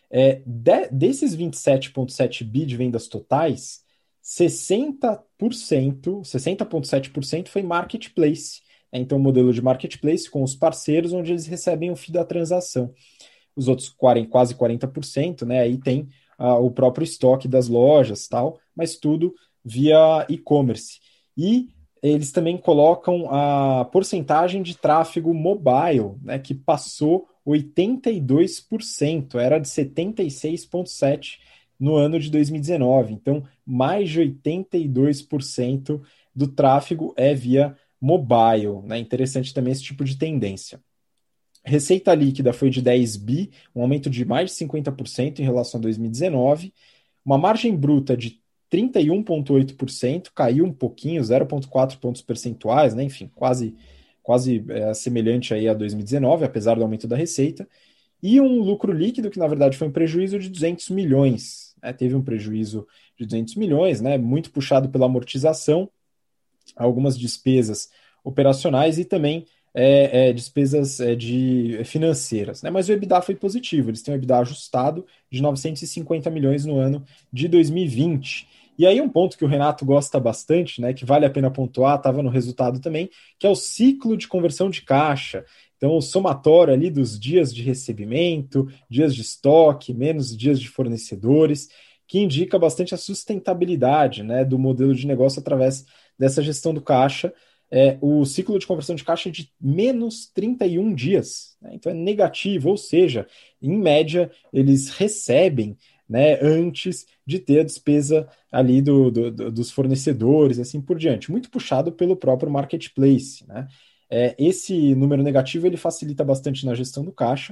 É, de, desses vinte e sete vírgula sete bi de vendas totais, sessenta por cento, sessenta vírgula sete por cento foi marketplace. Né? Então, modelo de marketplace com os parceiros, onde eles recebem o fee da transação. Os outros quarenta, quase quarenta por cento, né? Aí tem ah, o próprio estoque das lojas, tal, mas tudo via e-commerce. E eles também colocam a porcentagem de tráfego mobile, né, que passou oitenta e dois por cento, era de setenta e seis vírgula sete por cento no ano de dois mil e dezenove. Então, mais de oitenta e dois por cento do tráfego é via mobile. Né? Interessante também esse tipo de tendência. Receita líquida foi de dez bi, um aumento de mais de cinquenta por cento em relação a dois mil e dezenove. Uma margem bruta de trinta e um vírgula oito por cento, caiu um pouquinho, zero vírgula quatro pontos percentuais, né? Enfim, quase, quase é, semelhante aí a dois mil e dezenove, apesar do aumento da receita. E um lucro líquido, que na verdade foi um prejuízo de duzentos milhões. Né? Teve um prejuízo de duzentos milhões, né? Muito puxado pela amortização, algumas despesas operacionais e também é, é, despesas é, de financeiras. Né? Mas o EBITDA foi positivo, eles têm um EBITDA ajustado de novecentos e cinquenta milhões no ano de dois mil e vinte. E aí um ponto que o Renato gosta bastante, né, que vale a pena pontuar, estava no resultado também, que é o ciclo de conversão de caixa. Então, o somatório ali dos dias de recebimento, dias de estoque, menos dias de fornecedores, que indica bastante a sustentabilidade, né, do modelo de negócio através dessa gestão do caixa. É, o ciclo de conversão de caixa é de menos trinta e um dias. Né? Então, é negativo, ou seja, em média, eles recebem, né, antes de ter a despesa ali do, do, do, dos fornecedores, assim por diante. Muito puxado pelo próprio marketplace. Né? É, esse número negativo ele facilita bastante na gestão do caixa,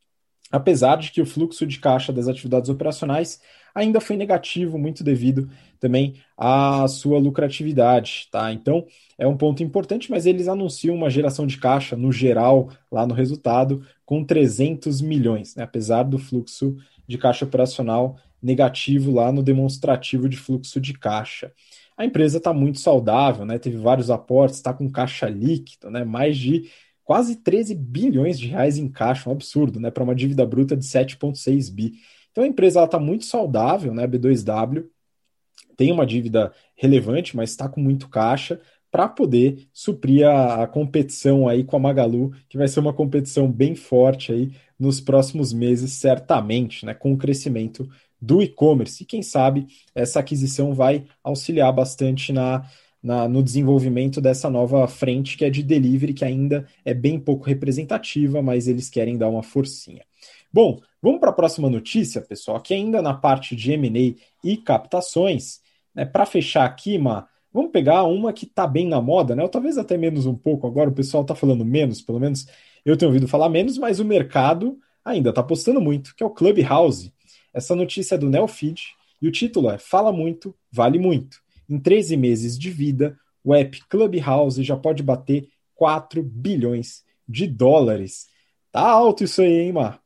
apesar de que o fluxo de caixa das atividades operacionais ainda foi negativo, muito devido também à sua lucratividade. Tá? Então, é um ponto importante, mas eles anunciam uma geração de caixa, no geral, lá no resultado, com trezentos milhões, né? Apesar do fluxo de caixa operacional negativo lá no demonstrativo de fluxo de caixa. A empresa está muito saudável, né? Teve vários aportes, está com caixa líquido, né? Mais de quase treze bilhões de reais em caixa, um absurdo, né? Para uma dívida bruta de sete vírgula seis bi. Então a empresa está muito saudável, né? B dois W tem uma dívida relevante, mas está com muito caixa para poder suprir a, a competição aí com a Magalu, que vai ser uma competição bem forte aí nos próximos meses, certamente, né? Com o crescimento do e-commerce. E quem sabe essa aquisição vai auxiliar bastante na, na, no desenvolvimento dessa nova frente que é de delivery, que ainda é bem pouco representativa, mas eles querem dar uma forcinha. Bom, vamos para a próxima notícia, pessoal, que ainda na parte de M and A e captações, né, para fechar aqui, Ma, vamos pegar uma que está bem na moda, né, ou talvez até menos um pouco, agora o pessoal está falando menos, pelo menos eu tenho ouvido falar menos, mas o mercado ainda está apostando muito, que é o Clubhouse. Essa notícia é do Neofeed e o título é Fala Muito, Vale Muito. Em treze meses de vida, o app Clubhouse já pode bater quatro bilhões de dólares. Tá alto isso aí, hein, Mar?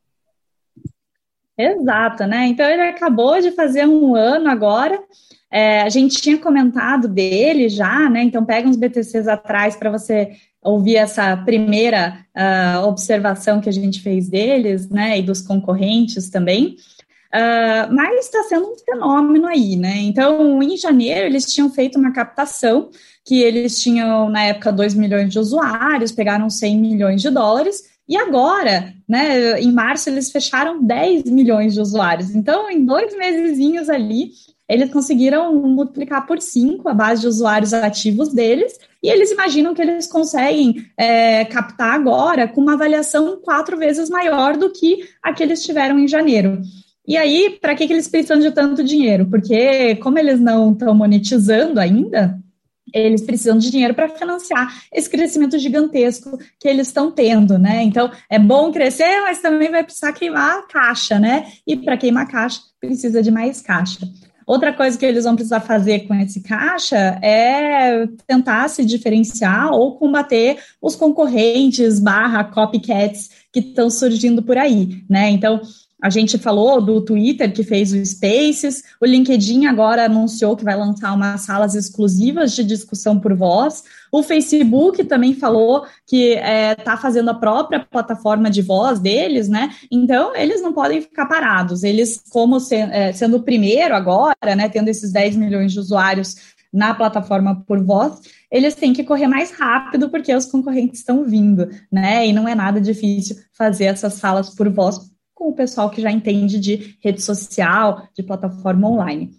Exato, né? Então ele acabou de fazer um ano agora. É, a gente tinha comentado dele já, né? Então pega uns B T Cs atrás para você ouvir essa primeira uh, observação que a gente fez deles, né? E dos concorrentes também. Uh, mas está sendo um fenômeno aí, né? Então, em janeiro, eles tinham feito uma captação que eles tinham, na época, dois milhões de usuários, pegaram cem milhões de dólares, e agora, né, em março, eles fecharam dez milhões de usuários. Então, em dois mesezinhos ali, eles conseguiram multiplicar por cinco a base de usuários ativos deles, e eles imaginam que eles conseguem é, captar agora com uma avaliação quatro vezes maior do que a que eles tiveram em janeiro. E aí, para que, que eles precisam de tanto dinheiro? Porque, como eles não estão monetizando ainda, eles precisam de dinheiro para financiar esse crescimento gigantesco que eles estão tendo, né? Então, é bom crescer, mas também vai precisar queimar caixa, né? E para queimar caixa, precisa de mais caixa. Outra coisa que eles vão precisar fazer com esse caixa é tentar se diferenciar ou combater os concorrentes barra copycats que estão surgindo por aí, né? Então, A gente falou do Twitter, que fez o Spaces, o LinkedIn agora anunciou que vai lançar umas salas exclusivas de discussão por voz, o Facebook também falou que está é, fazendo a própria plataforma de voz deles, né? Então, eles não podem ficar parados. Eles, como se, é, sendo o primeiro agora, né, tendo esses dez milhões de usuários na plataforma por voz, eles têm que correr mais rápido porque os concorrentes estão vindo, né? E não é nada difícil fazer essas salas por voz com o pessoal que já entende de rede social, de plataforma online.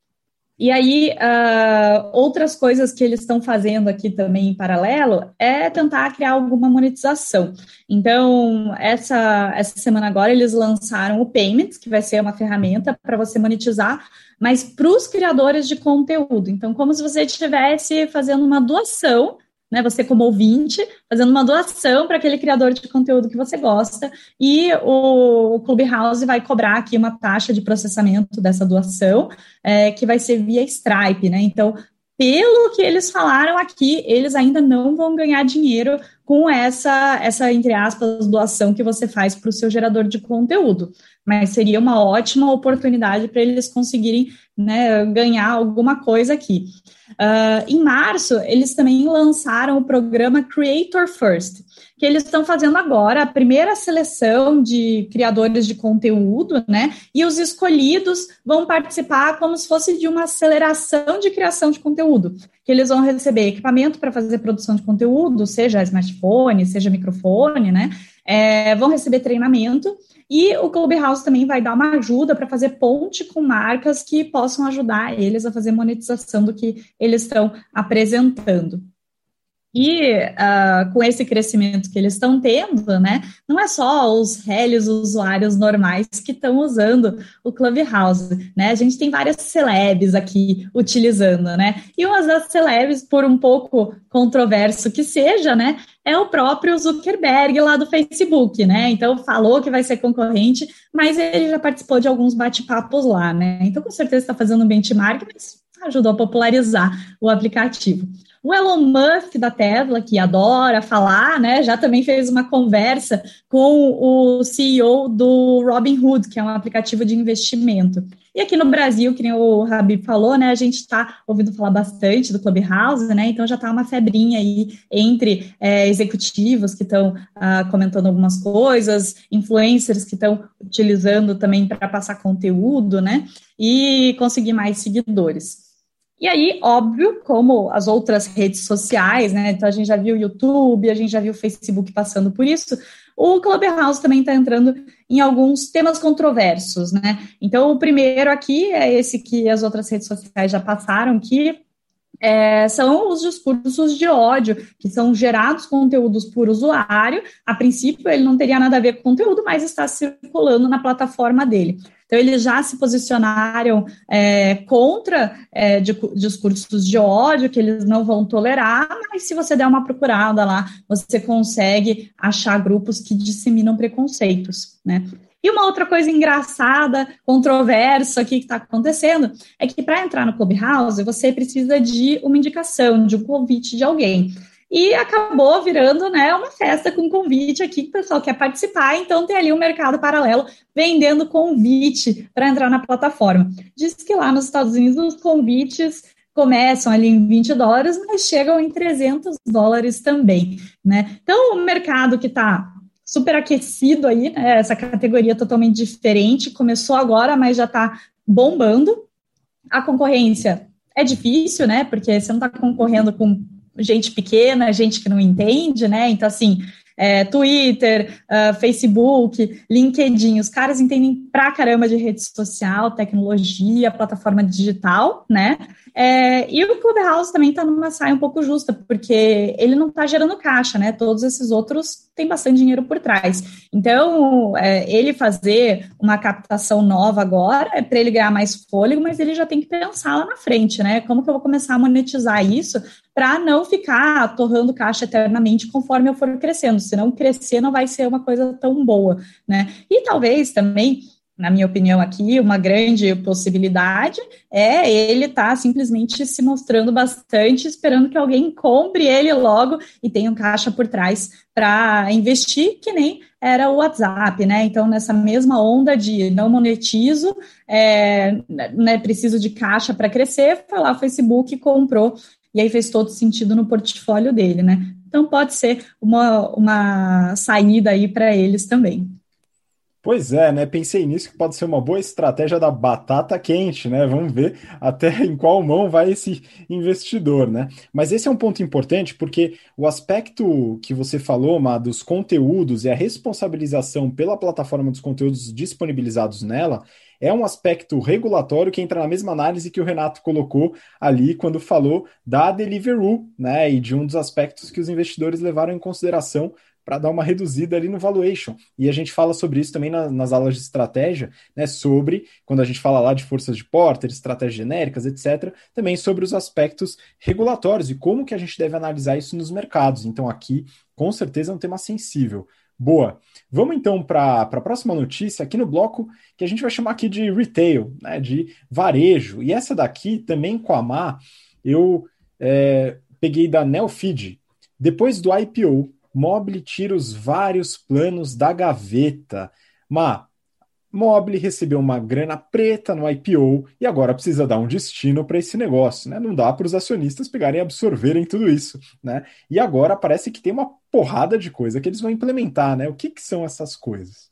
E aí, uh, outras coisas que eles estão fazendo aqui também em paralelo é tentar criar alguma monetização. Então, essa, essa semana agora eles lançaram o Payments, que vai ser uma ferramenta para você monetizar, mas para os criadores de conteúdo. Então, como se você estivesse fazendo uma doação, né, você como ouvinte, fazendo uma doação para aquele criador de conteúdo que você gosta, e o, o Clubhouse vai cobrar aqui uma taxa de processamento dessa doação, é, que vai ser via Stripe, né? Então, pelo que eles falaram aqui, eles ainda não vão ganhar dinheiro com essa, essa entre aspas, doação que você faz para o seu gerador de conteúdo. Mas seria uma ótima oportunidade para eles conseguirem, né, ganhar alguma coisa aqui. Uh, em março, eles também lançaram o programa Creator First, que eles estão fazendo agora a primeira seleção de criadores de conteúdo, né? E os escolhidos vão participar como se fosse de uma aceleração de criação de conteúdo, que eles vão receber equipamento para fazer produção de conteúdo, seja smartphone, seja microfone, né? É, vão receber treinamento, e o Clubhouse também vai dar uma ajuda para fazer ponte com marcas que possam ajudar eles a fazer monetização do que eles estão apresentando. E uh, com esse crescimento que eles estão tendo, né, não é só os réis usuários normais que estão usando o Clubhouse, né, a gente tem várias celebs aqui utilizando, né, e uma das celebs, por um pouco controverso que seja, né, é o próprio Zuckerberg lá do Facebook, né, então falou que vai ser concorrente, mas ele já participou de alguns bate-papos lá, né, então com certeza está fazendo um benchmark, mas ajudou a popularizar o aplicativo. O Elon Musk da Tesla, que adora falar, né, já também fez uma conversa com o C E O do Robinhood, que é um aplicativo de investimento. E aqui no Brasil, que nem o Habib falou, né, a gente está ouvindo falar bastante do Clubhouse, né, então já está uma febrinha aí entre é, executivos que estão ah, comentando algumas coisas, influencers que estão utilizando também para passar conteúdo, né, e conseguir mais seguidores. E aí, óbvio, como as outras redes sociais, né, então a gente já viu o YouTube, a gente já viu o Facebook passando por isso, o Clubhouse também está entrando em alguns temas controversos, né, então o primeiro aqui é esse que as outras redes sociais já passaram, que É, são os discursos de ódio, que são gerados conteúdos por usuário. A princípio, ele não teria nada a ver com conteúdo, mas está circulando na plataforma dele. Então, eles já se posicionaram é, contra é, de, discursos de ódio, que eles não vão tolerar, mas se você der uma procurada lá, você consegue achar grupos que disseminam preconceitos, né? E uma outra coisa engraçada, controversa aqui que está acontecendo, é que para entrar no Clubhouse, você precisa de uma indicação, de um convite de alguém. E acabou virando, né, uma festa com convite aqui, que o pessoal quer participar, então tem ali um mercado paralelo vendendo convite para entrar na plataforma. Diz que lá nos Estados Unidos os convites começam ali em vinte dólares, mas chegam em trezentos dólares também, né? Então, o mercado que está superaquecido aí, né, essa categoria totalmente diferente, começou agora, mas já está bombando. A concorrência é difícil, né, porque você não está concorrendo com gente pequena, gente que não entende, né, então assim, é, Twitter, uh, Facebook, LinkedIn, os caras entendem pra caramba de rede social, tecnologia, plataforma digital, né, é, e o Clubhouse também está numa saia um pouco justa, porque ele não está gerando caixa, né, todos esses outros têm bastante dinheiro por trás, então é, ele fazer uma captação nova agora é para ele ganhar mais fôlego, mas ele já tem que pensar lá na frente, né, como que eu vou começar a monetizar isso para não ficar torrando caixa eternamente conforme eu for crescendo, senão crescer não vai ser uma coisa tão boa, né, e talvez também, na minha opinião aqui, uma grande possibilidade é ele estar tá simplesmente se mostrando bastante, esperando que alguém compre ele logo e tenha um caixa por trás para investir, que nem era o WhatsApp, né? Então, nessa mesma onda de não monetizo, é, né, preciso de caixa para crescer, foi lá o Facebook e comprou, e aí fez todo sentido no portfólio dele, né? Então, pode ser uma, uma saída aí para eles também. Pois é, né? Pensei nisso que pode ser uma boa estratégia da batata quente, né? Vamos ver até em qual mão vai esse investidor, né? Mas esse é um ponto importante porque o aspecto que você falou, Má, dos conteúdos e a responsabilização pela plataforma dos conteúdos disponibilizados nela é um aspecto regulatório que entra na mesma análise que o Renato colocou ali quando falou da Deliveroo, né? E de um dos aspectos que os investidores levaram em consideração para dar uma reduzida ali no valuation. E a gente fala sobre isso também na, nas aulas de estratégia, né, sobre, quando a gente fala lá de forças de Porter, estratégias genéricas, etcétera, também sobre os aspectos regulatórios e como que a gente deve analisar isso nos mercados. Então aqui, com certeza, é um tema sensível. Boa. Vamos então para a próxima notícia aqui no bloco que a gente vai chamar aqui de retail, né, de varejo. E essa daqui, também com a Má, eu é, peguei da Neofeed. Depois do I P O, Mobile tira os vários planos da gaveta. Má, Mobile recebeu uma grana preta no I P O e agora precisa dar um destino para esse negócio, né? Não dá para os acionistas pegarem e absorverem tudo isso, né? E agora parece que tem uma porrada de coisa que eles vão implementar, né? O que, que são essas coisas?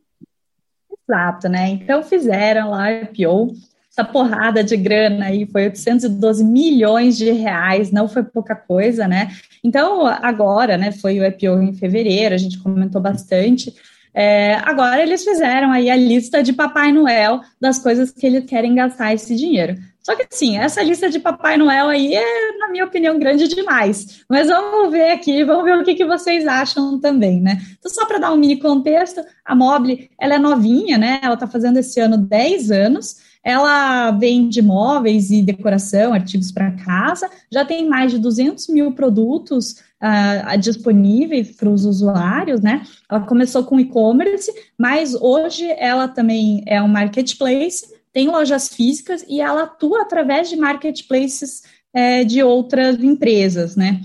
Exato, né? Então fizeram lá o I P O, essa porrada de grana aí foi oitocentos e doze milhões de reais, não foi pouca coisa, né? Então, agora, né, foi o I P O em fevereiro, a gente comentou bastante, é, agora eles fizeram aí a lista de Papai Noel das coisas que eles querem gastar esse dinheiro. Só que, assim, essa lista de Papai Noel aí é, na minha opinião, grande demais. Mas vamos ver aqui, vamos ver o que, que vocês acham também, né? Então, só para dar um mini contexto, a Mobile, ela é novinha, né? Ela está fazendo esse ano dez anos, ela vende móveis e decoração, artigos para casa, já tem mais de duzentos mil produtos uh, disponíveis para os usuários, né? Ela começou com e-commerce, mas hoje ela também é um marketplace, tem lojas físicas e ela atua através de marketplaces é, de outras empresas, né?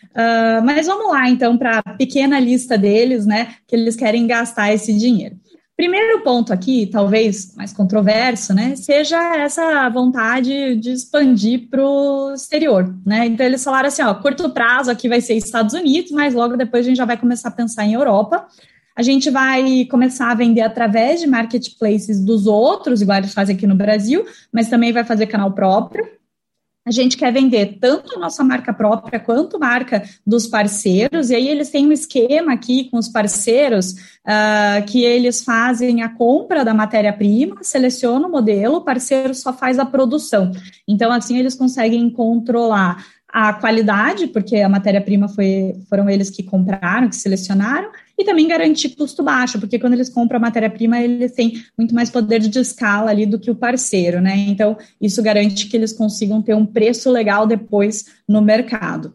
Uh, mas vamos lá, então, para a pequena lista deles, né, que eles querem gastar esse dinheiro. Primeiro ponto aqui, talvez mais controverso, né, seja essa vontade de expandir para o exterior, né? Então, eles falaram assim, ó, curto prazo aqui vai ser Estados Unidos, mas logo depois a gente já vai começar a pensar em Europa. A gente vai começar a vender através de marketplaces dos outros, igual eles fazem aqui no Brasil, mas também vai fazer canal próprio. A gente quer vender tanto a nossa marca própria quanto marca dos parceiros, e aí eles têm um esquema aqui com os parceiros uh, que eles fazem a compra da matéria-prima, selecionam o modelo, o parceiro só faz a produção. Então, assim, eles conseguem controlar a qualidade, porque a matéria-prima foi, foram eles que compraram, que selecionaram, e também garantir custo baixo, porque quando eles compram a matéria-prima, eles têm muito mais poder de escala ali do que o parceiro, né? Então, isso garante que eles consigam ter um preço legal depois no mercado.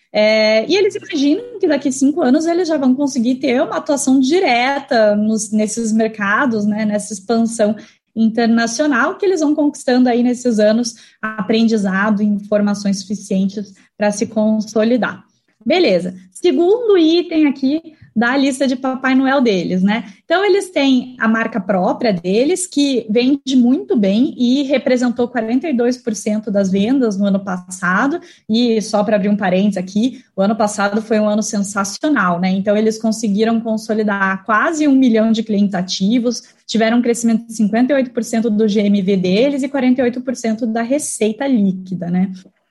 É, e eles imaginam que daqui a cinco anos eles já vão conseguir ter uma atuação direta nos, nesses mercados, né? Nessa expansão internacional que eles vão conquistando aí nesses anos aprendizado e informações suficientes para se consolidar. Beleza. Segundo item aqui da lista de Papai Noel deles, né? Então, eles têm a marca própria deles, que vende muito bem e representou quarenta e dois por cento das vendas no ano passado, e só para abrir um parênteses aqui, o ano passado foi um ano sensacional, né? Então, eles conseguiram consolidar quase um milhão de clientes ativos, tiveram um crescimento de cinquenta e oito por cento do G M V deles e quarenta e oito por cento da receita líquida, né?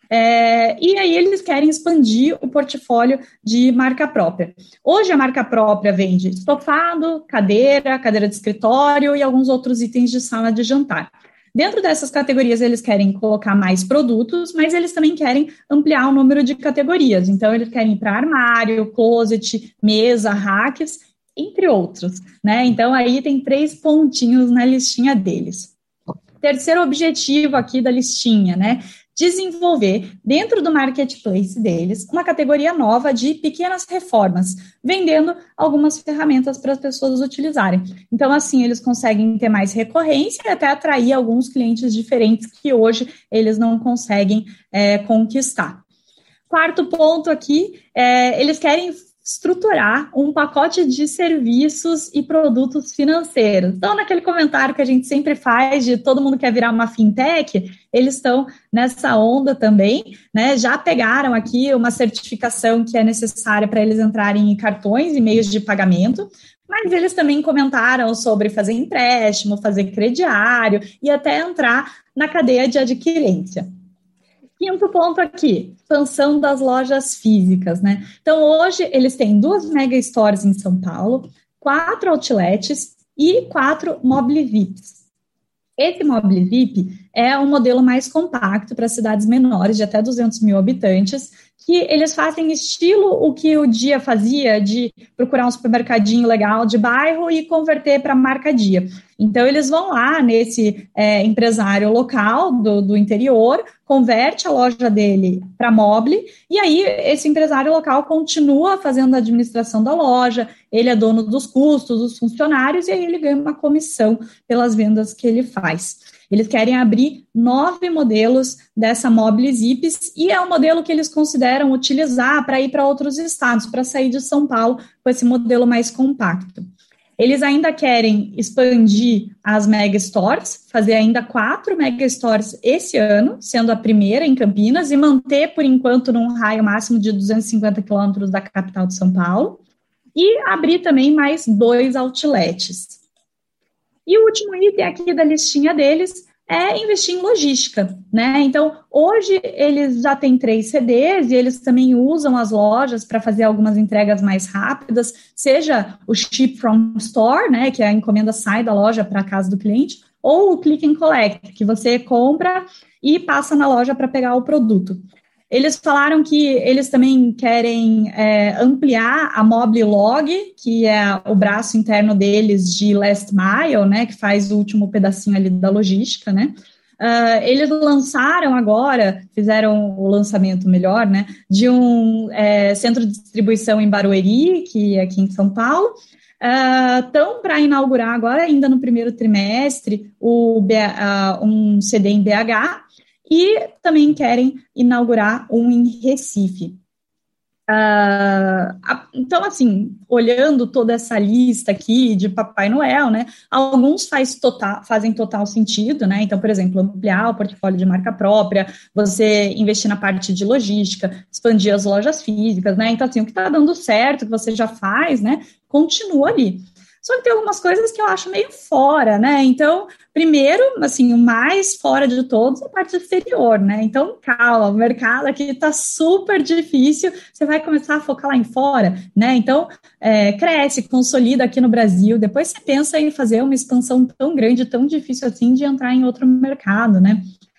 É, e aí eles querem expandir o portfólio de marca própria. Hoje a marca própria vende estofado, cadeira, cadeira de escritório e alguns outros itens de sala de jantar. Dentro dessas categorias eles querem colocar mais produtos, mas eles também querem ampliar o número de categorias. Então eles querem ir para armário, closet, mesa, racks, entre outros, né? Então aí tem três pontinhos na listinha deles. Terceiro objetivo aqui da listinha, né? Desenvolver, dentro do marketplace deles, uma categoria nova de pequenas reformas, vendendo algumas ferramentas para as pessoas utilizarem. Então, assim, eles conseguem ter mais recorrência e até atrair alguns clientes diferentes que hoje eles não conseguem é, conquistar. Quarto ponto aqui, é, eles querem estruturar um pacote de serviços e produtos financeiros. Então, naquele comentário que a gente sempre faz de todo mundo quer virar uma fintech, eles estão nessa onda também, né? Já pegaram aqui uma certificação que é necessária para eles entrarem em cartões e meios de pagamento, mas eles também comentaram sobre fazer empréstimo, fazer crediário e até entrar na cadeia de adquirência. Quinto ponto aqui, expansão das lojas físicas, né? Então, hoje, eles têm duas mega stores em São Paulo, quatro outlets e quatro mobile V I Ps. Esse mobile V I P é um modelo mais compacto para cidades menores, de até duzentos mil habitantes, que eles fazem estilo o que o Dia fazia, de procurar um supermercadinho legal de bairro e converter para a marca Dia. Então, eles vão lá nesse é, empresário local do, do interior, converte a loja dele para mobile, e aí esse empresário local continua fazendo a administração da loja, ele é dono dos custos, dos funcionários, e aí ele ganha uma comissão pelas vendas que ele faz. Eles querem abrir nove modelos dessa mobile V I Ps, e é um modelo que eles consideram utilizar para ir para outros estados, para sair de São Paulo com esse modelo mais compacto. Eles ainda querem expandir as mega stores, fazer ainda quatro mega stores esse ano, sendo a primeira em Campinas, e manter, por enquanto, num raio máximo de duzentos e cinquenta quilômetros da capital de São Paulo, e abrir também mais dois outlets. E o último item aqui da listinha deles é investir em logística, né? Então, hoje eles já têm três C Ds e eles também usam as lojas para fazer algumas entregas mais rápidas, seja o ship from store, né, que a encomenda sai da loja para a casa do cliente, ou o click and collect, que você compra e passa na loja para pegar o produto. Eles falaram que eles também querem é, ampliar a Mobile Log, que é o braço interno deles de last mile, né, que faz o último pedacinho ali da logística, né. Uh, eles lançaram agora, fizeram o lançamento melhor, né, de um é, centro de distribuição em Barueri, que é aqui em São Paulo. Estão uh, para inaugurar agora, ainda no primeiro trimestre, o, uh, um C D em B H, e também querem inaugurar um em Recife. Uh, então, assim, olhando toda essa lista aqui de Papai Noel, né, alguns faz total, fazem total sentido, né, então, por exemplo, ampliar o portfólio de marca própria, você investir na parte de logística, expandir as lojas físicas, né, então, assim, o que está dando certo, que você já faz, né, continua ali. Só que tem algumas coisas que eu acho meio fora, né? Então, primeiro, assim, o mais fora de todos é a parte exterior, né? Então, calma, o mercado aqui está super difícil, você vai começar a focar lá em fora, né? Então, é, cresce, consolida aqui no Brasil, depois você pensa em fazer uma expansão tão grande, tão difícil assim, de entrar em outro mercado, né?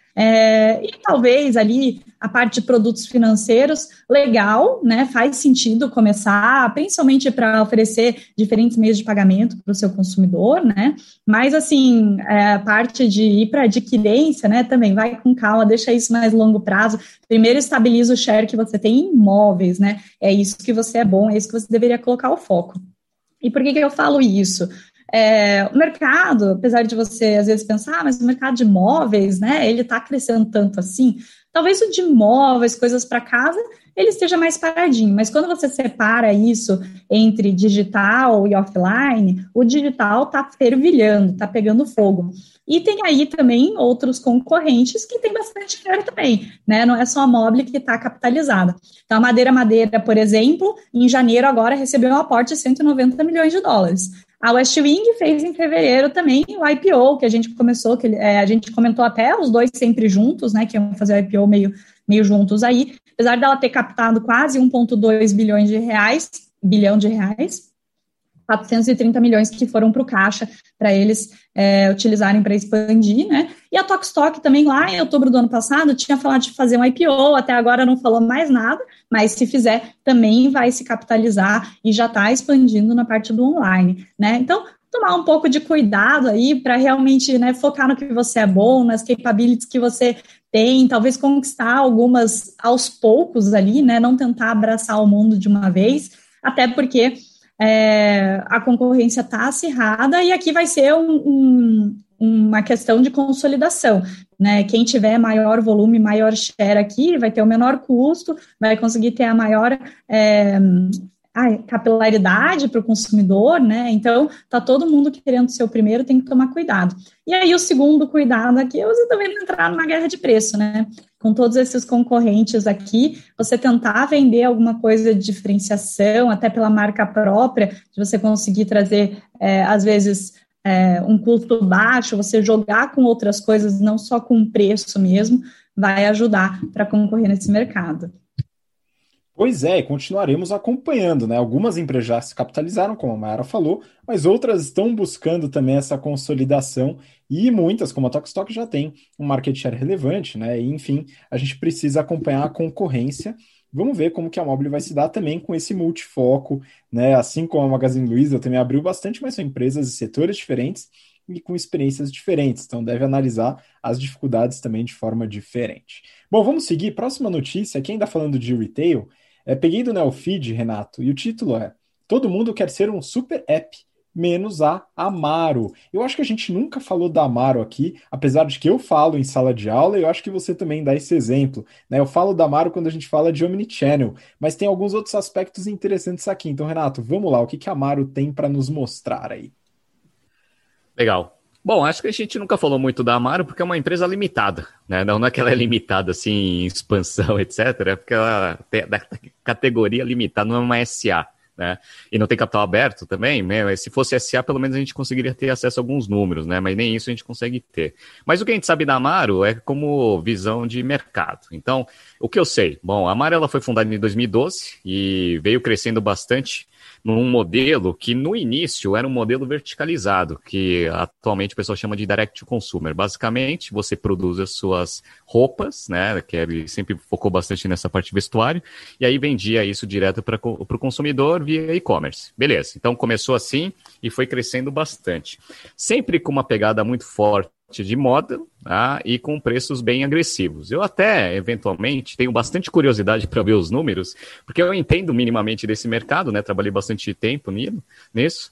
É, e talvez ali a parte de produtos financeiros, legal, né, faz sentido começar, principalmente para oferecer diferentes meios de pagamento para o seu consumidor, né, mas assim, é, a parte de ir para adquirência, né, também vai com calma, deixa isso mais longo prazo, primeiro estabiliza o share que você tem em imóveis, né, é isso que você é bom, é isso que você deveria colocar o foco. E por que que eu falo isso? É, o mercado, apesar de você às vezes pensar, ah, mas o mercado de imóveis, né, ele está crescendo tanto assim, talvez o de imóveis, coisas para casa, ele esteja mais paradinho, mas quando você separa isso entre digital e offline, o digital está fervilhando, está pegando fogo. E tem aí também outros concorrentes que tem bastante dinheiro também, né? Não é só a Mobile que está capitalizada. Então, a Madeira Madeira, por exemplo, em janeiro agora recebeu um aporte de cento e noventa milhões de dólares. A Westwing fez em fevereiro também o I P O, que a gente começou, que é, a gente comentou até os dois sempre juntos, né? Que iam fazer o I P O meio, meio juntos aí. Apesar dela ter captado quase um vírgula dois bilhões de reais, bilhão de reais, quatrocentos e trinta milhões que foram para o caixa para eles é, utilizarem para expandir, né? E a Tokstok também lá em outubro do ano passado tinha falado de fazer um I P O, até agora não falou mais nada, mas se fizer também vai se capitalizar e já está expandindo na parte do online, né? Então, tomar um pouco de cuidado aí para realmente, né, focar no que você é bom, nas capabilities que você tem, talvez conquistar algumas aos poucos ali, né? Não tentar abraçar o mundo de uma vez, até porque É, a concorrência está acirrada e aqui vai ser um, um, uma questão de consolidação, né? Quem tiver maior volume, maior share aqui, vai ter o menor custo, vai conseguir ter a maior é, a capilaridade para o consumidor, né? Então, tá todo mundo querendo ser o primeiro, tem que tomar cuidado. E aí, o segundo cuidado aqui é você também não entrar numa guerra de preço, né? Com todos esses concorrentes aqui, você tentar vender alguma coisa de diferenciação, até pela marca própria, de você conseguir trazer, é, às vezes, é, um custo baixo, você jogar com outras coisas, não só com preço mesmo, vai ajudar para concorrer nesse mercado. Pois é, e continuaremos acompanhando, né? Algumas empresas já se capitalizaram, como a Mayara falou, mas outras estão buscando também essa consolidação e muitas, como a Tokstok, já tem um market share relevante, né? E, enfim, a gente precisa acompanhar a concorrência. Vamos ver como que a Mobile vai se dar também com esse multifoco, né? Assim como a Magazine Luiza também abriu bastante, mas são empresas de setores diferentes e com experiências diferentes, então deve analisar as dificuldades também de forma diferente. Bom, vamos seguir. Próxima notícia, aqui ainda falando de retail. É, peguei do Neofeed, Renato, e o título é Todo mundo quer ser um super app, menos a Amaro. Eu acho que a gente nunca falou da Amaro aqui, apesar de que eu falo em sala de aula, e eu acho que você também dá esse exemplo, né? Eu falo da Amaro quando a gente fala de Omnichannel, mas tem alguns outros aspectos interessantes aqui. Então, Renato, vamos lá, o que que a Amaro tem para nos mostrar aí? Legal. Bom, acho que a gente nunca falou muito da Amaro porque é uma empresa limitada, né? Não, não é que ela é limitada assim em expansão, etcétera. É porque ela tem da categoria limitada, não é uma S A, né? E não tem capital aberto também, né? Se fosse S A, pelo menos a gente conseguiria ter acesso a alguns números, né? Mas nem isso a gente consegue ter. Mas o que a gente sabe da Amaro é como visão de mercado. Então, o que eu sei? Bom, a Amaro ela foi fundada em dois mil e doze e veio crescendo bastante num modelo que no início era um modelo verticalizado, que atualmente o pessoal chama de direct to consumer. Basicamente, você produz as suas roupas, né, que ele sempre focou bastante nessa parte de vestuário, e aí vendia isso direto para o consumidor via e-commerce. Beleza, então começou assim e foi crescendo bastante. Sempre com uma pegada muito forte de moda, tá? E com preços bem agressivos. Eu até, eventualmente, tenho bastante curiosidade para ver os números, porque eu entendo minimamente desse mercado, né? Trabalhei bastante tempo nisso,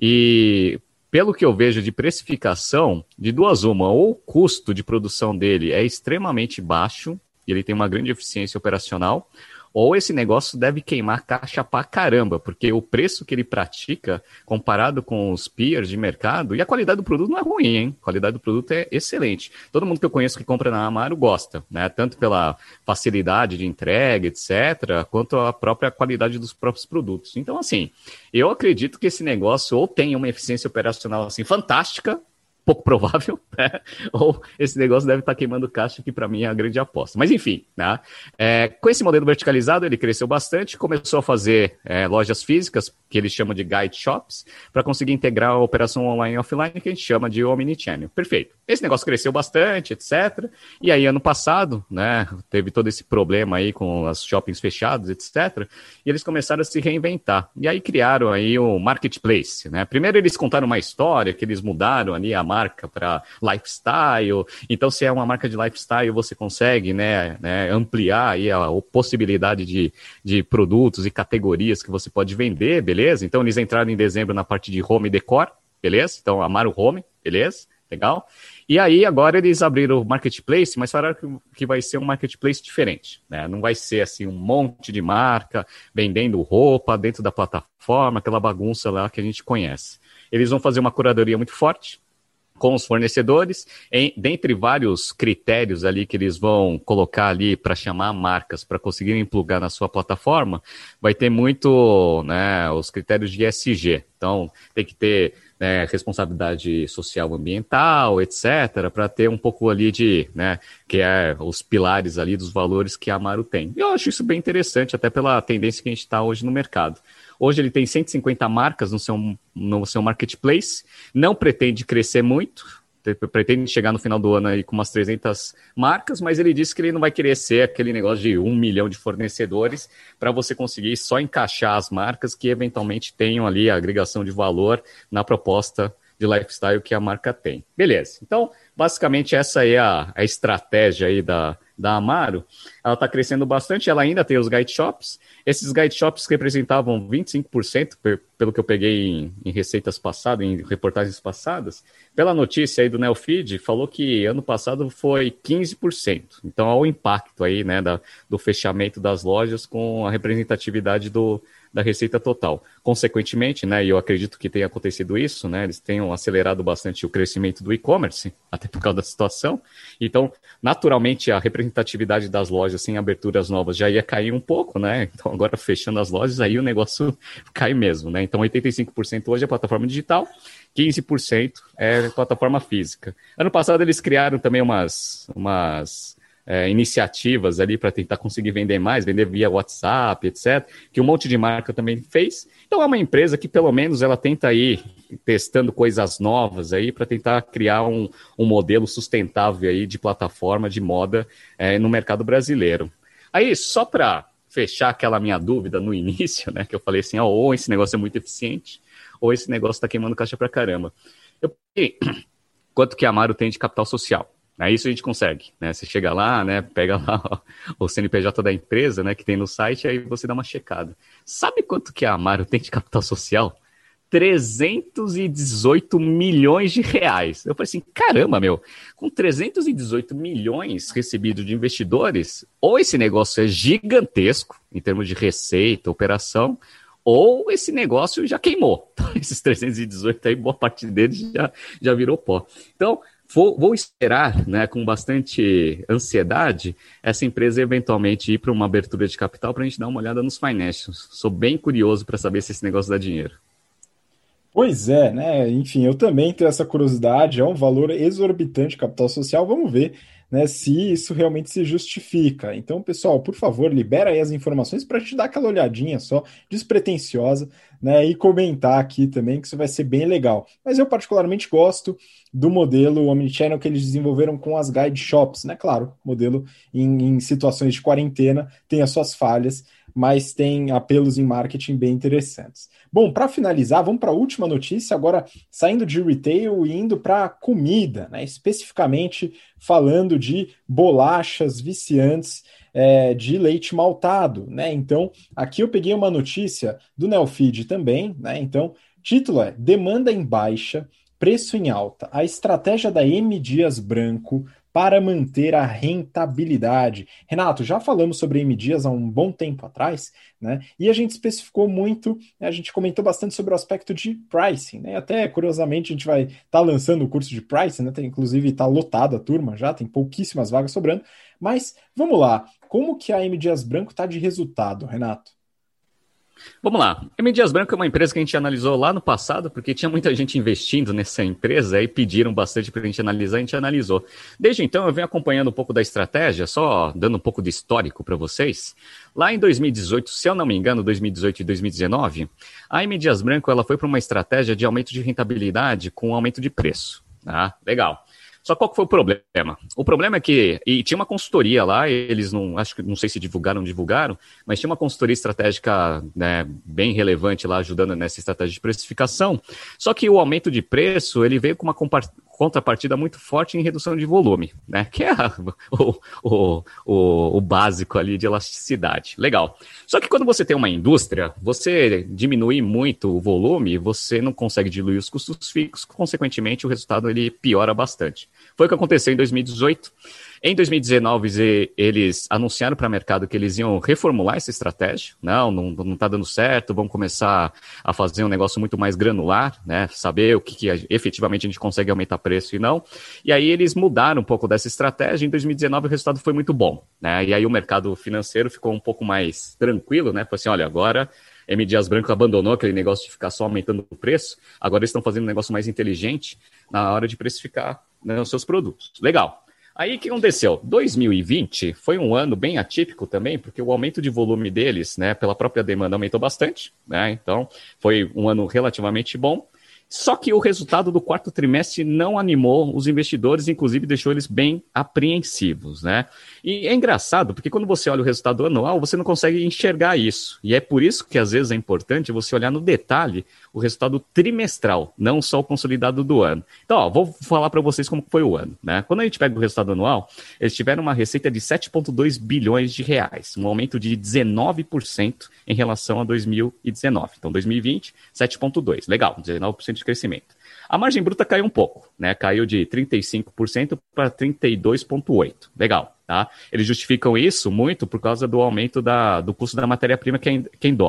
e pelo que eu vejo de precificação, de duas uma, ou o custo de produção dele é extremamente baixo, e ele tem uma grande eficiência operacional, ou esse negócio deve queimar caixa pra caramba, porque o preço que ele pratica, comparado com os peers de mercado, e a qualidade do produto não é ruim, hein? A qualidade do produto é excelente. Todo mundo que eu conheço que compra na Amaro gosta, né? Tanto pela facilidade de entrega, etcétera, quanto a própria qualidade dos próprios produtos. Então, assim, eu acredito que esse negócio ou tem uma eficiência operacional, assim, fantástica, pouco provável, né? Ou esse negócio deve estar queimando caixa, que para mim é a grande aposta. Mas enfim, né? É, com esse modelo verticalizado, ele cresceu bastante, começou a fazer é, lojas físicas, que eles chamam de guide shops, para conseguir integrar a operação online e offline, que a gente chama de omnichannel. Perfeito. Esse negócio cresceu bastante, etcétera. E aí, ano passado, né, teve todo esse problema aí com os shoppings fechados, etcétera. E eles começaram a se reinventar. E aí criaram aí o marketplace, né? Primeiro eles contaram uma história, que eles mudaram ali a marca para lifestyle. Então, se é uma marca de lifestyle, você consegue, né, né, ampliar aí a, a possibilidade de, de produtos e categorias que você pode vender, beleza? Então, eles entraram em dezembro na parte de home decor, beleza? Então, Amaro Home, beleza? Legal. E aí, agora eles abriram o marketplace, mas falaram que, que vai ser um marketplace diferente, né? Não vai ser, assim, um monte de marca vendendo roupa dentro da plataforma, aquela bagunça lá que a gente conhece. Eles vão fazer uma curadoria muito forte com os fornecedores, em, dentre vários critérios ali que eles vão colocar ali para chamar marcas para conseguirem plugar na sua plataforma, vai ter muito, né, os critérios de E S G. Então, tem que ter, né, responsabilidade social ambiental, etcétera, para ter um pouco ali de, né, que é os pilares ali dos valores que a Amaro tem. E eu acho isso bem interessante, até pela tendência que a gente está hoje no mercado. Hoje ele tem cento e cinquenta marcas no seu, no seu marketplace, não pretende crescer muito, pretende chegar no final do ano aí com umas trezentas marcas, mas ele disse que ele não vai querer ser aquele negócio de um milhão de fornecedores para você conseguir só encaixar as marcas que eventualmente tenham ali a agregação de valor na proposta de lifestyle que a marca tem. Beleza, então basicamente essa é a, a estratégia aí da, da Amaro. Ela está crescendo bastante, ela ainda tem os guide shops. Esses guide shops representavam vinte e cinco por cento, pelo que eu peguei em, em receitas passadas, em reportagens passadas. Pela notícia aí do Neofeed, falou que ano passado foi quinze por cento. Então, olha o impacto aí, né, da, do fechamento das lojas com a representatividade do, da receita total. Consequentemente, né, e eu acredito que tenha acontecido isso, né, eles tenham acelerado bastante o crescimento do e-commerce, até por causa da situação. Então, naturalmente, a representatividade das lojas sem aberturas novas já ia cair um pouco, né? Então, agora fechando as lojas, aí o negócio cai mesmo, né? Então, oitenta e cinco por cento hoje é plataforma digital, quinze por cento é plataforma física. Ano passado, eles criaram também umas... umas É, iniciativas ali para tentar conseguir vender mais, vender via WhatsApp, etcétera, que um monte de marca também fez. Então é uma empresa que pelo menos ela tenta ir testando coisas novas aí para tentar criar um, um modelo sustentável aí de plataforma de moda é, no mercado brasileiro. Aí, só para fechar aquela minha dúvida no início, né, que eu falei assim, oh, ou esse negócio é muito eficiente, ou esse negócio está queimando caixa pra caramba. Eu peguei quanto que a Amaro tem de capital social. Aí isso a gente consegue, né? Você chega lá, né? Pega lá o C N P J da empresa, né? Que tem no site, aí você dá uma checada. Sabe quanto que a Amaro tem de capital social? trezentos e dezoito milhões de reais. Eu falei assim, caramba, meu, com trezentos e dezoito milhões recebidos de investidores, ou esse negócio é gigantesco, em termos de receita, operação, ou esse negócio já queimou. Então, esses trezentos e dezoito aí, boa parte deles já, já virou pó. Então, Vou, vou esperar, né, com bastante ansiedade, essa empresa eventualmente ir para uma abertura de capital para a gente dar uma olhada nos financials. Sou bem curioso para saber se esse negócio dá dinheiro. Pois é, né? Enfim, eu também tenho essa curiosidade, é um valor exorbitante de capital social, vamos ver, né, se isso realmente se justifica. Então, pessoal, por favor, libera aí as informações para te dar aquela olhadinha só, despretensiosa, né, e comentar aqui também, que isso vai ser bem legal. Mas eu particularmente gosto do modelo Omnichannel que eles desenvolveram com as guide shops, né? Claro, modelo em, em situações de quarentena tem as suas falhas, mas tem apelos em marketing bem interessantes. Bom, para finalizar, vamos para a última notícia, agora saindo de retail e indo para comida, né? Especificamente falando de bolachas viciantes é, de leite maltado, né? Então, aqui eu peguei uma notícia do Neofeed também, né? Então, título é Demanda em baixa, preço em alta, a estratégia da M. Dias Branco para manter a rentabilidade. Renato, já falamos sobre M. Dias há um bom tempo atrás, né? E a gente especificou muito, a gente comentou bastante sobre o aspecto de pricing, né? Até, curiosamente, a gente vai estar tá lançando o curso de pricing, né? Tem, inclusive está lotado a turma já, tem pouquíssimas vagas sobrando. Mas, vamos lá, como que a M. Dias Branco está de resultado, Renato? Vamos lá. M. Dias Branco é uma empresa que a gente analisou lá no passado, porque tinha muita gente investindo nessa empresa e pediram bastante para a gente analisar, a gente analisou. Desde então, eu venho acompanhando um pouco da estratégia, só dando um pouco de histórico para vocês. Lá em dois mil e dezoito, se eu não me engano, dois mil e dezoito e dois mil e dezenove, a M. Dias Branco ela foi para uma estratégia de aumento de rentabilidade com aumento de preço. Ah, legal. Só qual que foi o problema? O problema é que, e tinha uma consultoria lá, eles não, acho que não sei se divulgaram ou divulgaram, mas tinha uma consultoria estratégica, né, bem relevante lá, ajudando nessa estratégia de precificação, só que o aumento de preço, ele veio com uma contrapartida muito forte em redução de volume, né, que é a, o, o, o, o básico ali de elasticidade. Legal. Só que quando você tem uma indústria, você diminui muito o volume, você não consegue diluir os custos fixos, consequentemente o resultado ele piora bastante. Foi o que aconteceu em dois mil e dezoito. Em dois mil e dezenove, eles anunciaram para o mercado que eles iam reformular essa estratégia. Não, não está dando certo, vamos começar a fazer um negócio muito mais granular, né? Saber o que, que efetivamente a gente consegue aumentar preço e não. E aí eles mudaram um pouco dessa estratégia. Em dois mil e dezenove o resultado foi muito bom, né? E aí o mercado financeiro ficou um pouco mais tranquilo, né? Falou assim, olha, agora M. Dias Branco abandonou aquele negócio de ficar só aumentando o preço, agora eles estão fazendo um negócio mais inteligente na hora de precificar, né, os seus produtos. Legal. Aí o que aconteceu? dois mil e vinte foi um ano bem atípico também, porque o aumento de volume deles, né, pela própria demanda aumentou bastante, né? Então foi um ano relativamente bom. Só que o resultado do quarto trimestre não animou os investidores, inclusive deixou eles bem apreensivos, né? E é engraçado, porque quando você olha o resultado anual, você não consegue enxergar isso. E é por isso que às vezes é importante você olhar no detalhe o resultado trimestral, não só o consolidado do ano. Então, ó, vou falar para vocês como foi o ano, né? Quando a gente pega o resultado anual, eles tiveram uma receita de sete vírgula dois bilhões de reais, um aumento de dezenove por cento em relação a dois mil e dezenove. Então, dois mil e vinte, sete vírgula dois por cento. Legal, dezenove por cento de crescimento. A margem bruta caiu um pouco, né? Caiu de trinta e cinco por cento para trinta e dois vírgula oito por cento. Legal, tá? Eles justificam isso muito por causa do aumento da, do custo da matéria-prima que é em, que é em dólar.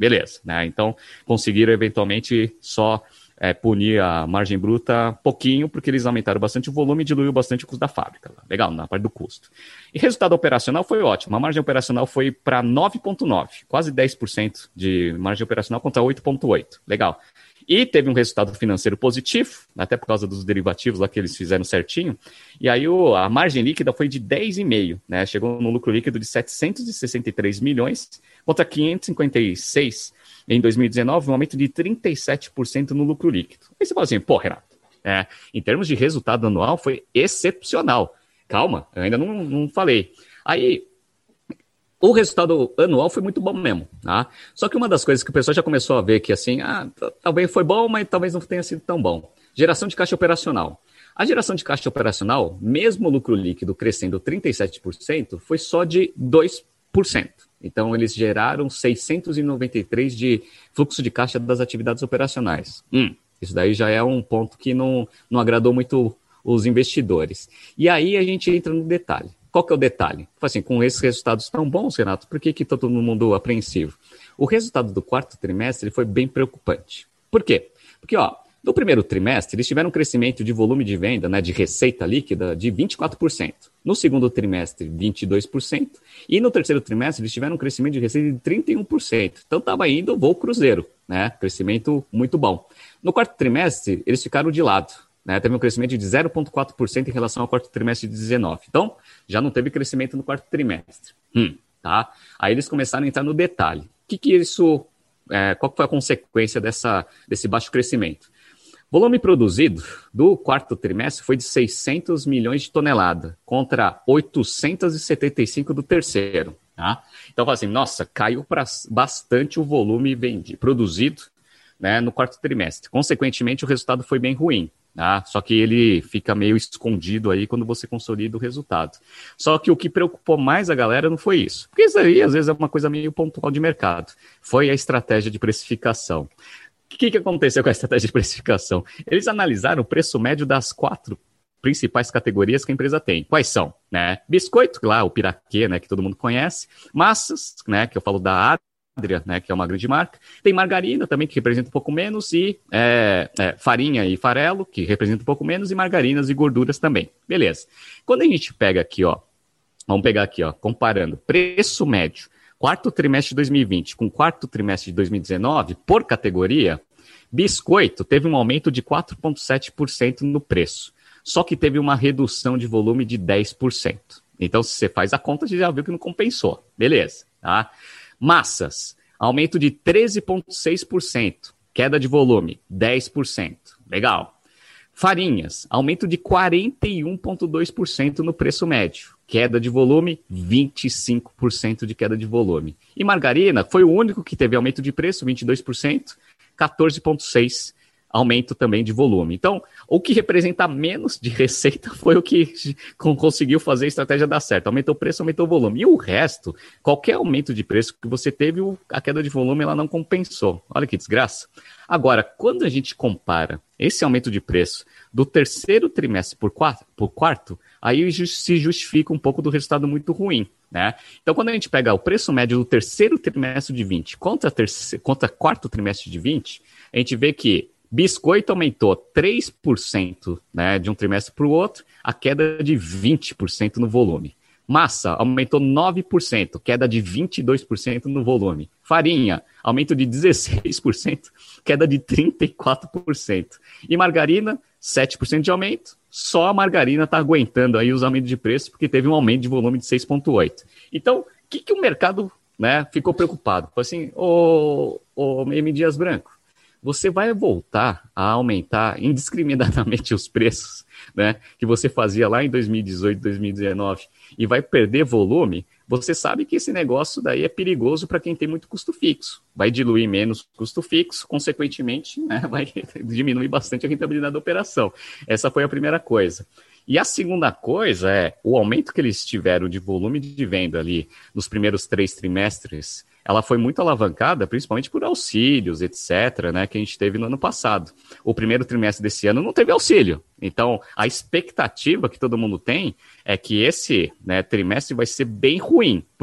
Beleza, né? Então, conseguiram eventualmente só é, punir a margem bruta pouquinho, porque eles aumentaram bastante o volume e diluiu bastante o custo da fábrica. Legal, na parte do custo. E resultado operacional foi ótimo. A margem operacional foi para nove vírgula nove, quase dez por cento de margem operacional contra oito vírgula oito. Legal. E teve um resultado financeiro positivo, até por causa dos derivativos lá que eles fizeram certinho. E aí o, a margem líquida foi de dez vírgula cinco, né? Chegou no lucro líquido de setecentos e sessenta e três milhões contra quinhentos e cinquenta e seis em dois mil e dezenove, um aumento de trinta e sete por cento no lucro líquido. Aí você fala assim, pô, Renato, é, em termos de resultado anual foi excepcional. Calma, eu ainda não, não falei. Aí... O resultado anual foi muito bom mesmo, tá? Só que uma das coisas que o pessoal já começou a ver que assim, ah, talvez foi bom, mas talvez não tenha sido tão bom. Geração de caixa operacional. A geração de caixa operacional, mesmo o lucro líquido crescendo trinta e sete por cento, foi só de dois por cento. Então, eles geraram seiscentos e noventa e três de fluxo de caixa das atividades operacionais. Hum, isso daí já é um ponto que não, não agradou muito os investidores. E aí a gente entra no detalhe. Qual que é o detalhe? Assim, com esses resultados tão bons, Renato, por que que está todo mundo apreensivo? O resultado do quarto trimestre foi bem preocupante. Por quê? Porque, ó, no primeiro trimestre, eles tiveram um crescimento de volume de venda, né, de receita líquida, de vinte e quatro por cento. No segundo trimestre, vinte e dois por cento. E no terceiro trimestre, eles tiveram um crescimento de receita de trinta e um por cento. Então, estava indo voo cruzeiro, né? Crescimento muito bom. No quarto trimestre, eles ficaram de lado. Né, teve um crescimento de zero vírgula quatro por cento em relação ao quarto trimestre de dezenove. Então, já não teve crescimento no quarto trimestre. Hum, tá? Aí eles começaram a entrar no detalhe. O que que isso, é, qual foi a consequência dessa, desse baixo crescimento? O volume produzido do quarto trimestre foi de seiscentos milhões de toneladas, contra oitocentos e setenta e cinco do terceiro. Tá? Então, assim, nossa, caiu pra bastante o volume vendido, produzido, né, no quarto trimestre. Consequentemente, o resultado foi bem ruim. Ah, só que ele fica meio escondido aí quando você consolida o resultado. Só que o que preocupou mais a galera não foi isso. Porque isso aí, às vezes, é uma coisa meio pontual de mercado. Foi a estratégia de precificação. O que, que aconteceu com a estratégia de precificação? Eles analisaram o preço médio das quatro principais categorias que a empresa tem. Quais são? Né? Biscoito, lá, o piraquê, né, que todo mundo conhece. Massas, né, que eu falo da Adria, né, que é uma grande marca. Tem margarina também, que representa um pouco menos, e é, é, farinha e farelo, que representa um pouco menos, e margarinas e gorduras também. Beleza. Quando a gente pega aqui, ó, vamos pegar aqui, ó, comparando preço médio, quarto trimestre de dois mil e vinte com quarto trimestre de dois mil e dezenove, por categoria, biscoito teve um aumento de quatro vírgula sete por cento no preço, só que teve uma redução de volume de dez por cento. Então, se você faz a conta, você já viu que não compensou. Beleza, tá? Massas, aumento de treze vírgula seis por cento, queda de volume, dez por cento. Legal. Farinhas, aumento de quarenta e um vírgula dois por cento no preço médio, queda de volume, vinte e cinco por cento de queda de volume. E margarina foi o único que teve aumento de preço, vinte e dois por cento, quatorze vírgula seis por cento. Aumento também de volume. Então, o que representa menos de receita foi o que conseguiu fazer a estratégia dar certo. Aumentou o preço, aumentou o volume. E o resto, qualquer aumento de preço que você teve, a queda de volume ela não compensou. Olha que desgraça. Agora, quando a gente compara esse aumento de preço do terceiro trimestre por quarto, por quarto aí se justifica um pouco do resultado muito ruim. Né? Então, quando a gente pega o preço médio do terceiro trimestre de vinte contra, terceiro, contra quarto trimestre de vinte, a gente vê que biscoito aumentou três por cento, né, de um trimestre para o outro, a queda de vinte por cento no volume. Massa aumentou nove por cento, queda de vinte e dois por cento no volume. Farinha, aumento de dezesseis por cento, queda de trinta e quatro por cento. E margarina, sete por cento de aumento. Só a margarina está aguentando aí os aumentos de preço, porque teve um aumento de volume de seis vírgula oito por cento. Então, o que, que o mercado, né, ficou preocupado? Foi assim, ô, ô M. Dias Branco, você vai voltar a aumentar indiscriminadamente os preços, né, que você fazia lá em dois mil e dezoito, dois mil e dezenove, e vai perder volume, você sabe que esse negócio daí é perigoso para quem tem muito custo fixo. Vai diluir menos custo fixo, consequentemente, né, vai diminuir bastante a rentabilidade da operação. Essa foi a primeira coisa. E a segunda coisa é, o aumento que eles tiveram de volume de venda ali nos primeiros três trimestres, ela foi muito alavancada, principalmente por auxílios, etcétera, né, que a gente teve no ano passado. O primeiro trimestre desse ano não teve auxílio. Então, a expectativa que todo mundo tem é que esse, né, trimestre vai ser bem ruim. Por quê?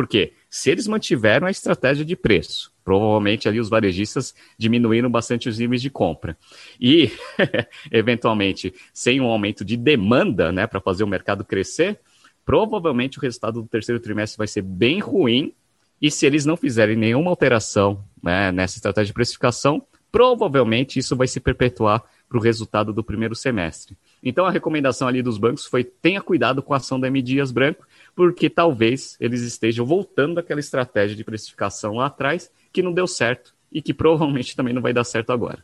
se eles mantiveram a estratégia de preço. Provavelmente ali os varejistas diminuíram bastante os níveis de compra. E, eventualmente, sem um aumento de demanda, né, para fazer o mercado crescer, provavelmente o resultado do terceiro trimestre vai ser bem ruim. E se eles não fizerem nenhuma alteração, né, nessa estratégia de precificação, provavelmente isso vai se perpetuar para o resultado do primeiro semestre. Então a recomendação ali dos bancos foi: tenha cuidado com a ação da M. Dias Branco, porque talvez eles estejam voltando àquela estratégia de precificação lá atrás, que não deu certo e que provavelmente também não vai dar certo agora.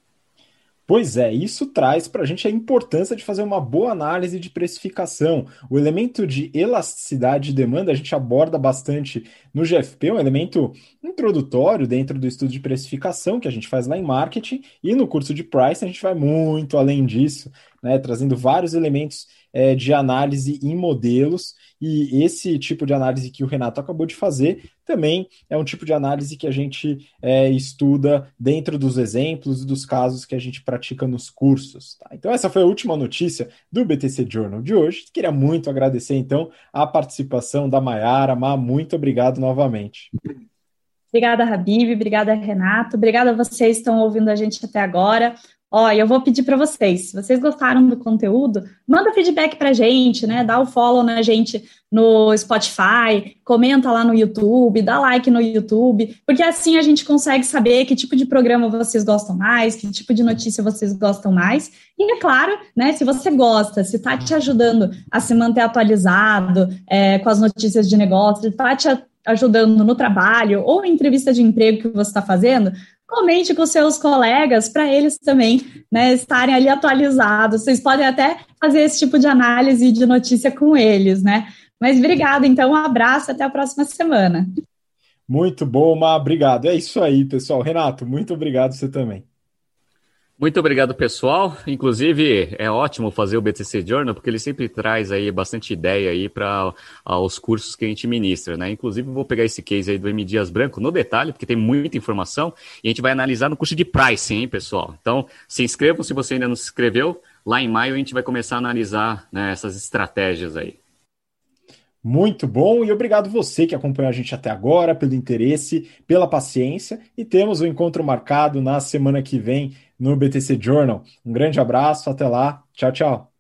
Pois é, isso traz para a gente a importância de fazer uma boa análise de precificação. O elemento de elasticidade de demanda a gente aborda bastante no G F P, um elemento introdutório dentro do estudo de precificação que a gente faz lá em marketing, e no curso de price a gente vai muito além disso, né, trazendo vários elementos é, de análise em modelos, e esse tipo de análise que o Renato acabou de fazer também é um tipo de análise que a gente é, estuda dentro dos exemplos e dos casos que a gente pratica nos cursos. Tá? Então essa foi a última notícia do B T C Journal de hoje. Queria muito agradecer então a participação da Maiara. Má, muito obrigado novamente. Obrigada, Habib, obrigada, Renato, obrigada a vocês que estão ouvindo a gente até agora. Ó, eu vou pedir para vocês, se vocês gostaram do conteúdo, manda feedback para a gente, né? Dá o follow na gente no Spotify, comenta lá no YouTube, dá like no YouTube, porque assim a gente consegue saber que tipo de programa vocês gostam mais, que tipo de notícia vocês gostam mais. E é claro, né? Se você gosta, se está te ajudando a se manter atualizado é, com as notícias de negócio, se está te ajudando no trabalho ou em entrevista de emprego que você está fazendo, comente com seus colegas para eles também, né, estarem ali atualizados. Vocês podem até fazer esse tipo de análise de notícia com eles, né? Mas obrigada, então, um abraço, até a próxima semana. Muito bom, Má, obrigado. É isso aí, pessoal. Renato, muito obrigado, você também. Muito obrigado, pessoal. Inclusive, é ótimo fazer o B T C Journal, porque ele sempre traz aí bastante ideia aí para os cursos que a gente ministra, né? Inclusive, vou pegar esse case aí do M. Dias Branco no detalhe, porque tem muita informação, e a gente vai analisar no curso de pricing, hein, pessoal? Então, se inscrevam se você ainda não se inscreveu. Lá em maio a gente vai começar a analisar, né, essas estratégias aí. Muito bom, e obrigado você que acompanhou a gente até agora, pelo interesse, pela paciência, e temos o encontro marcado na semana que vem no B T C Journal. Um grande abraço, até lá, tchau, tchau.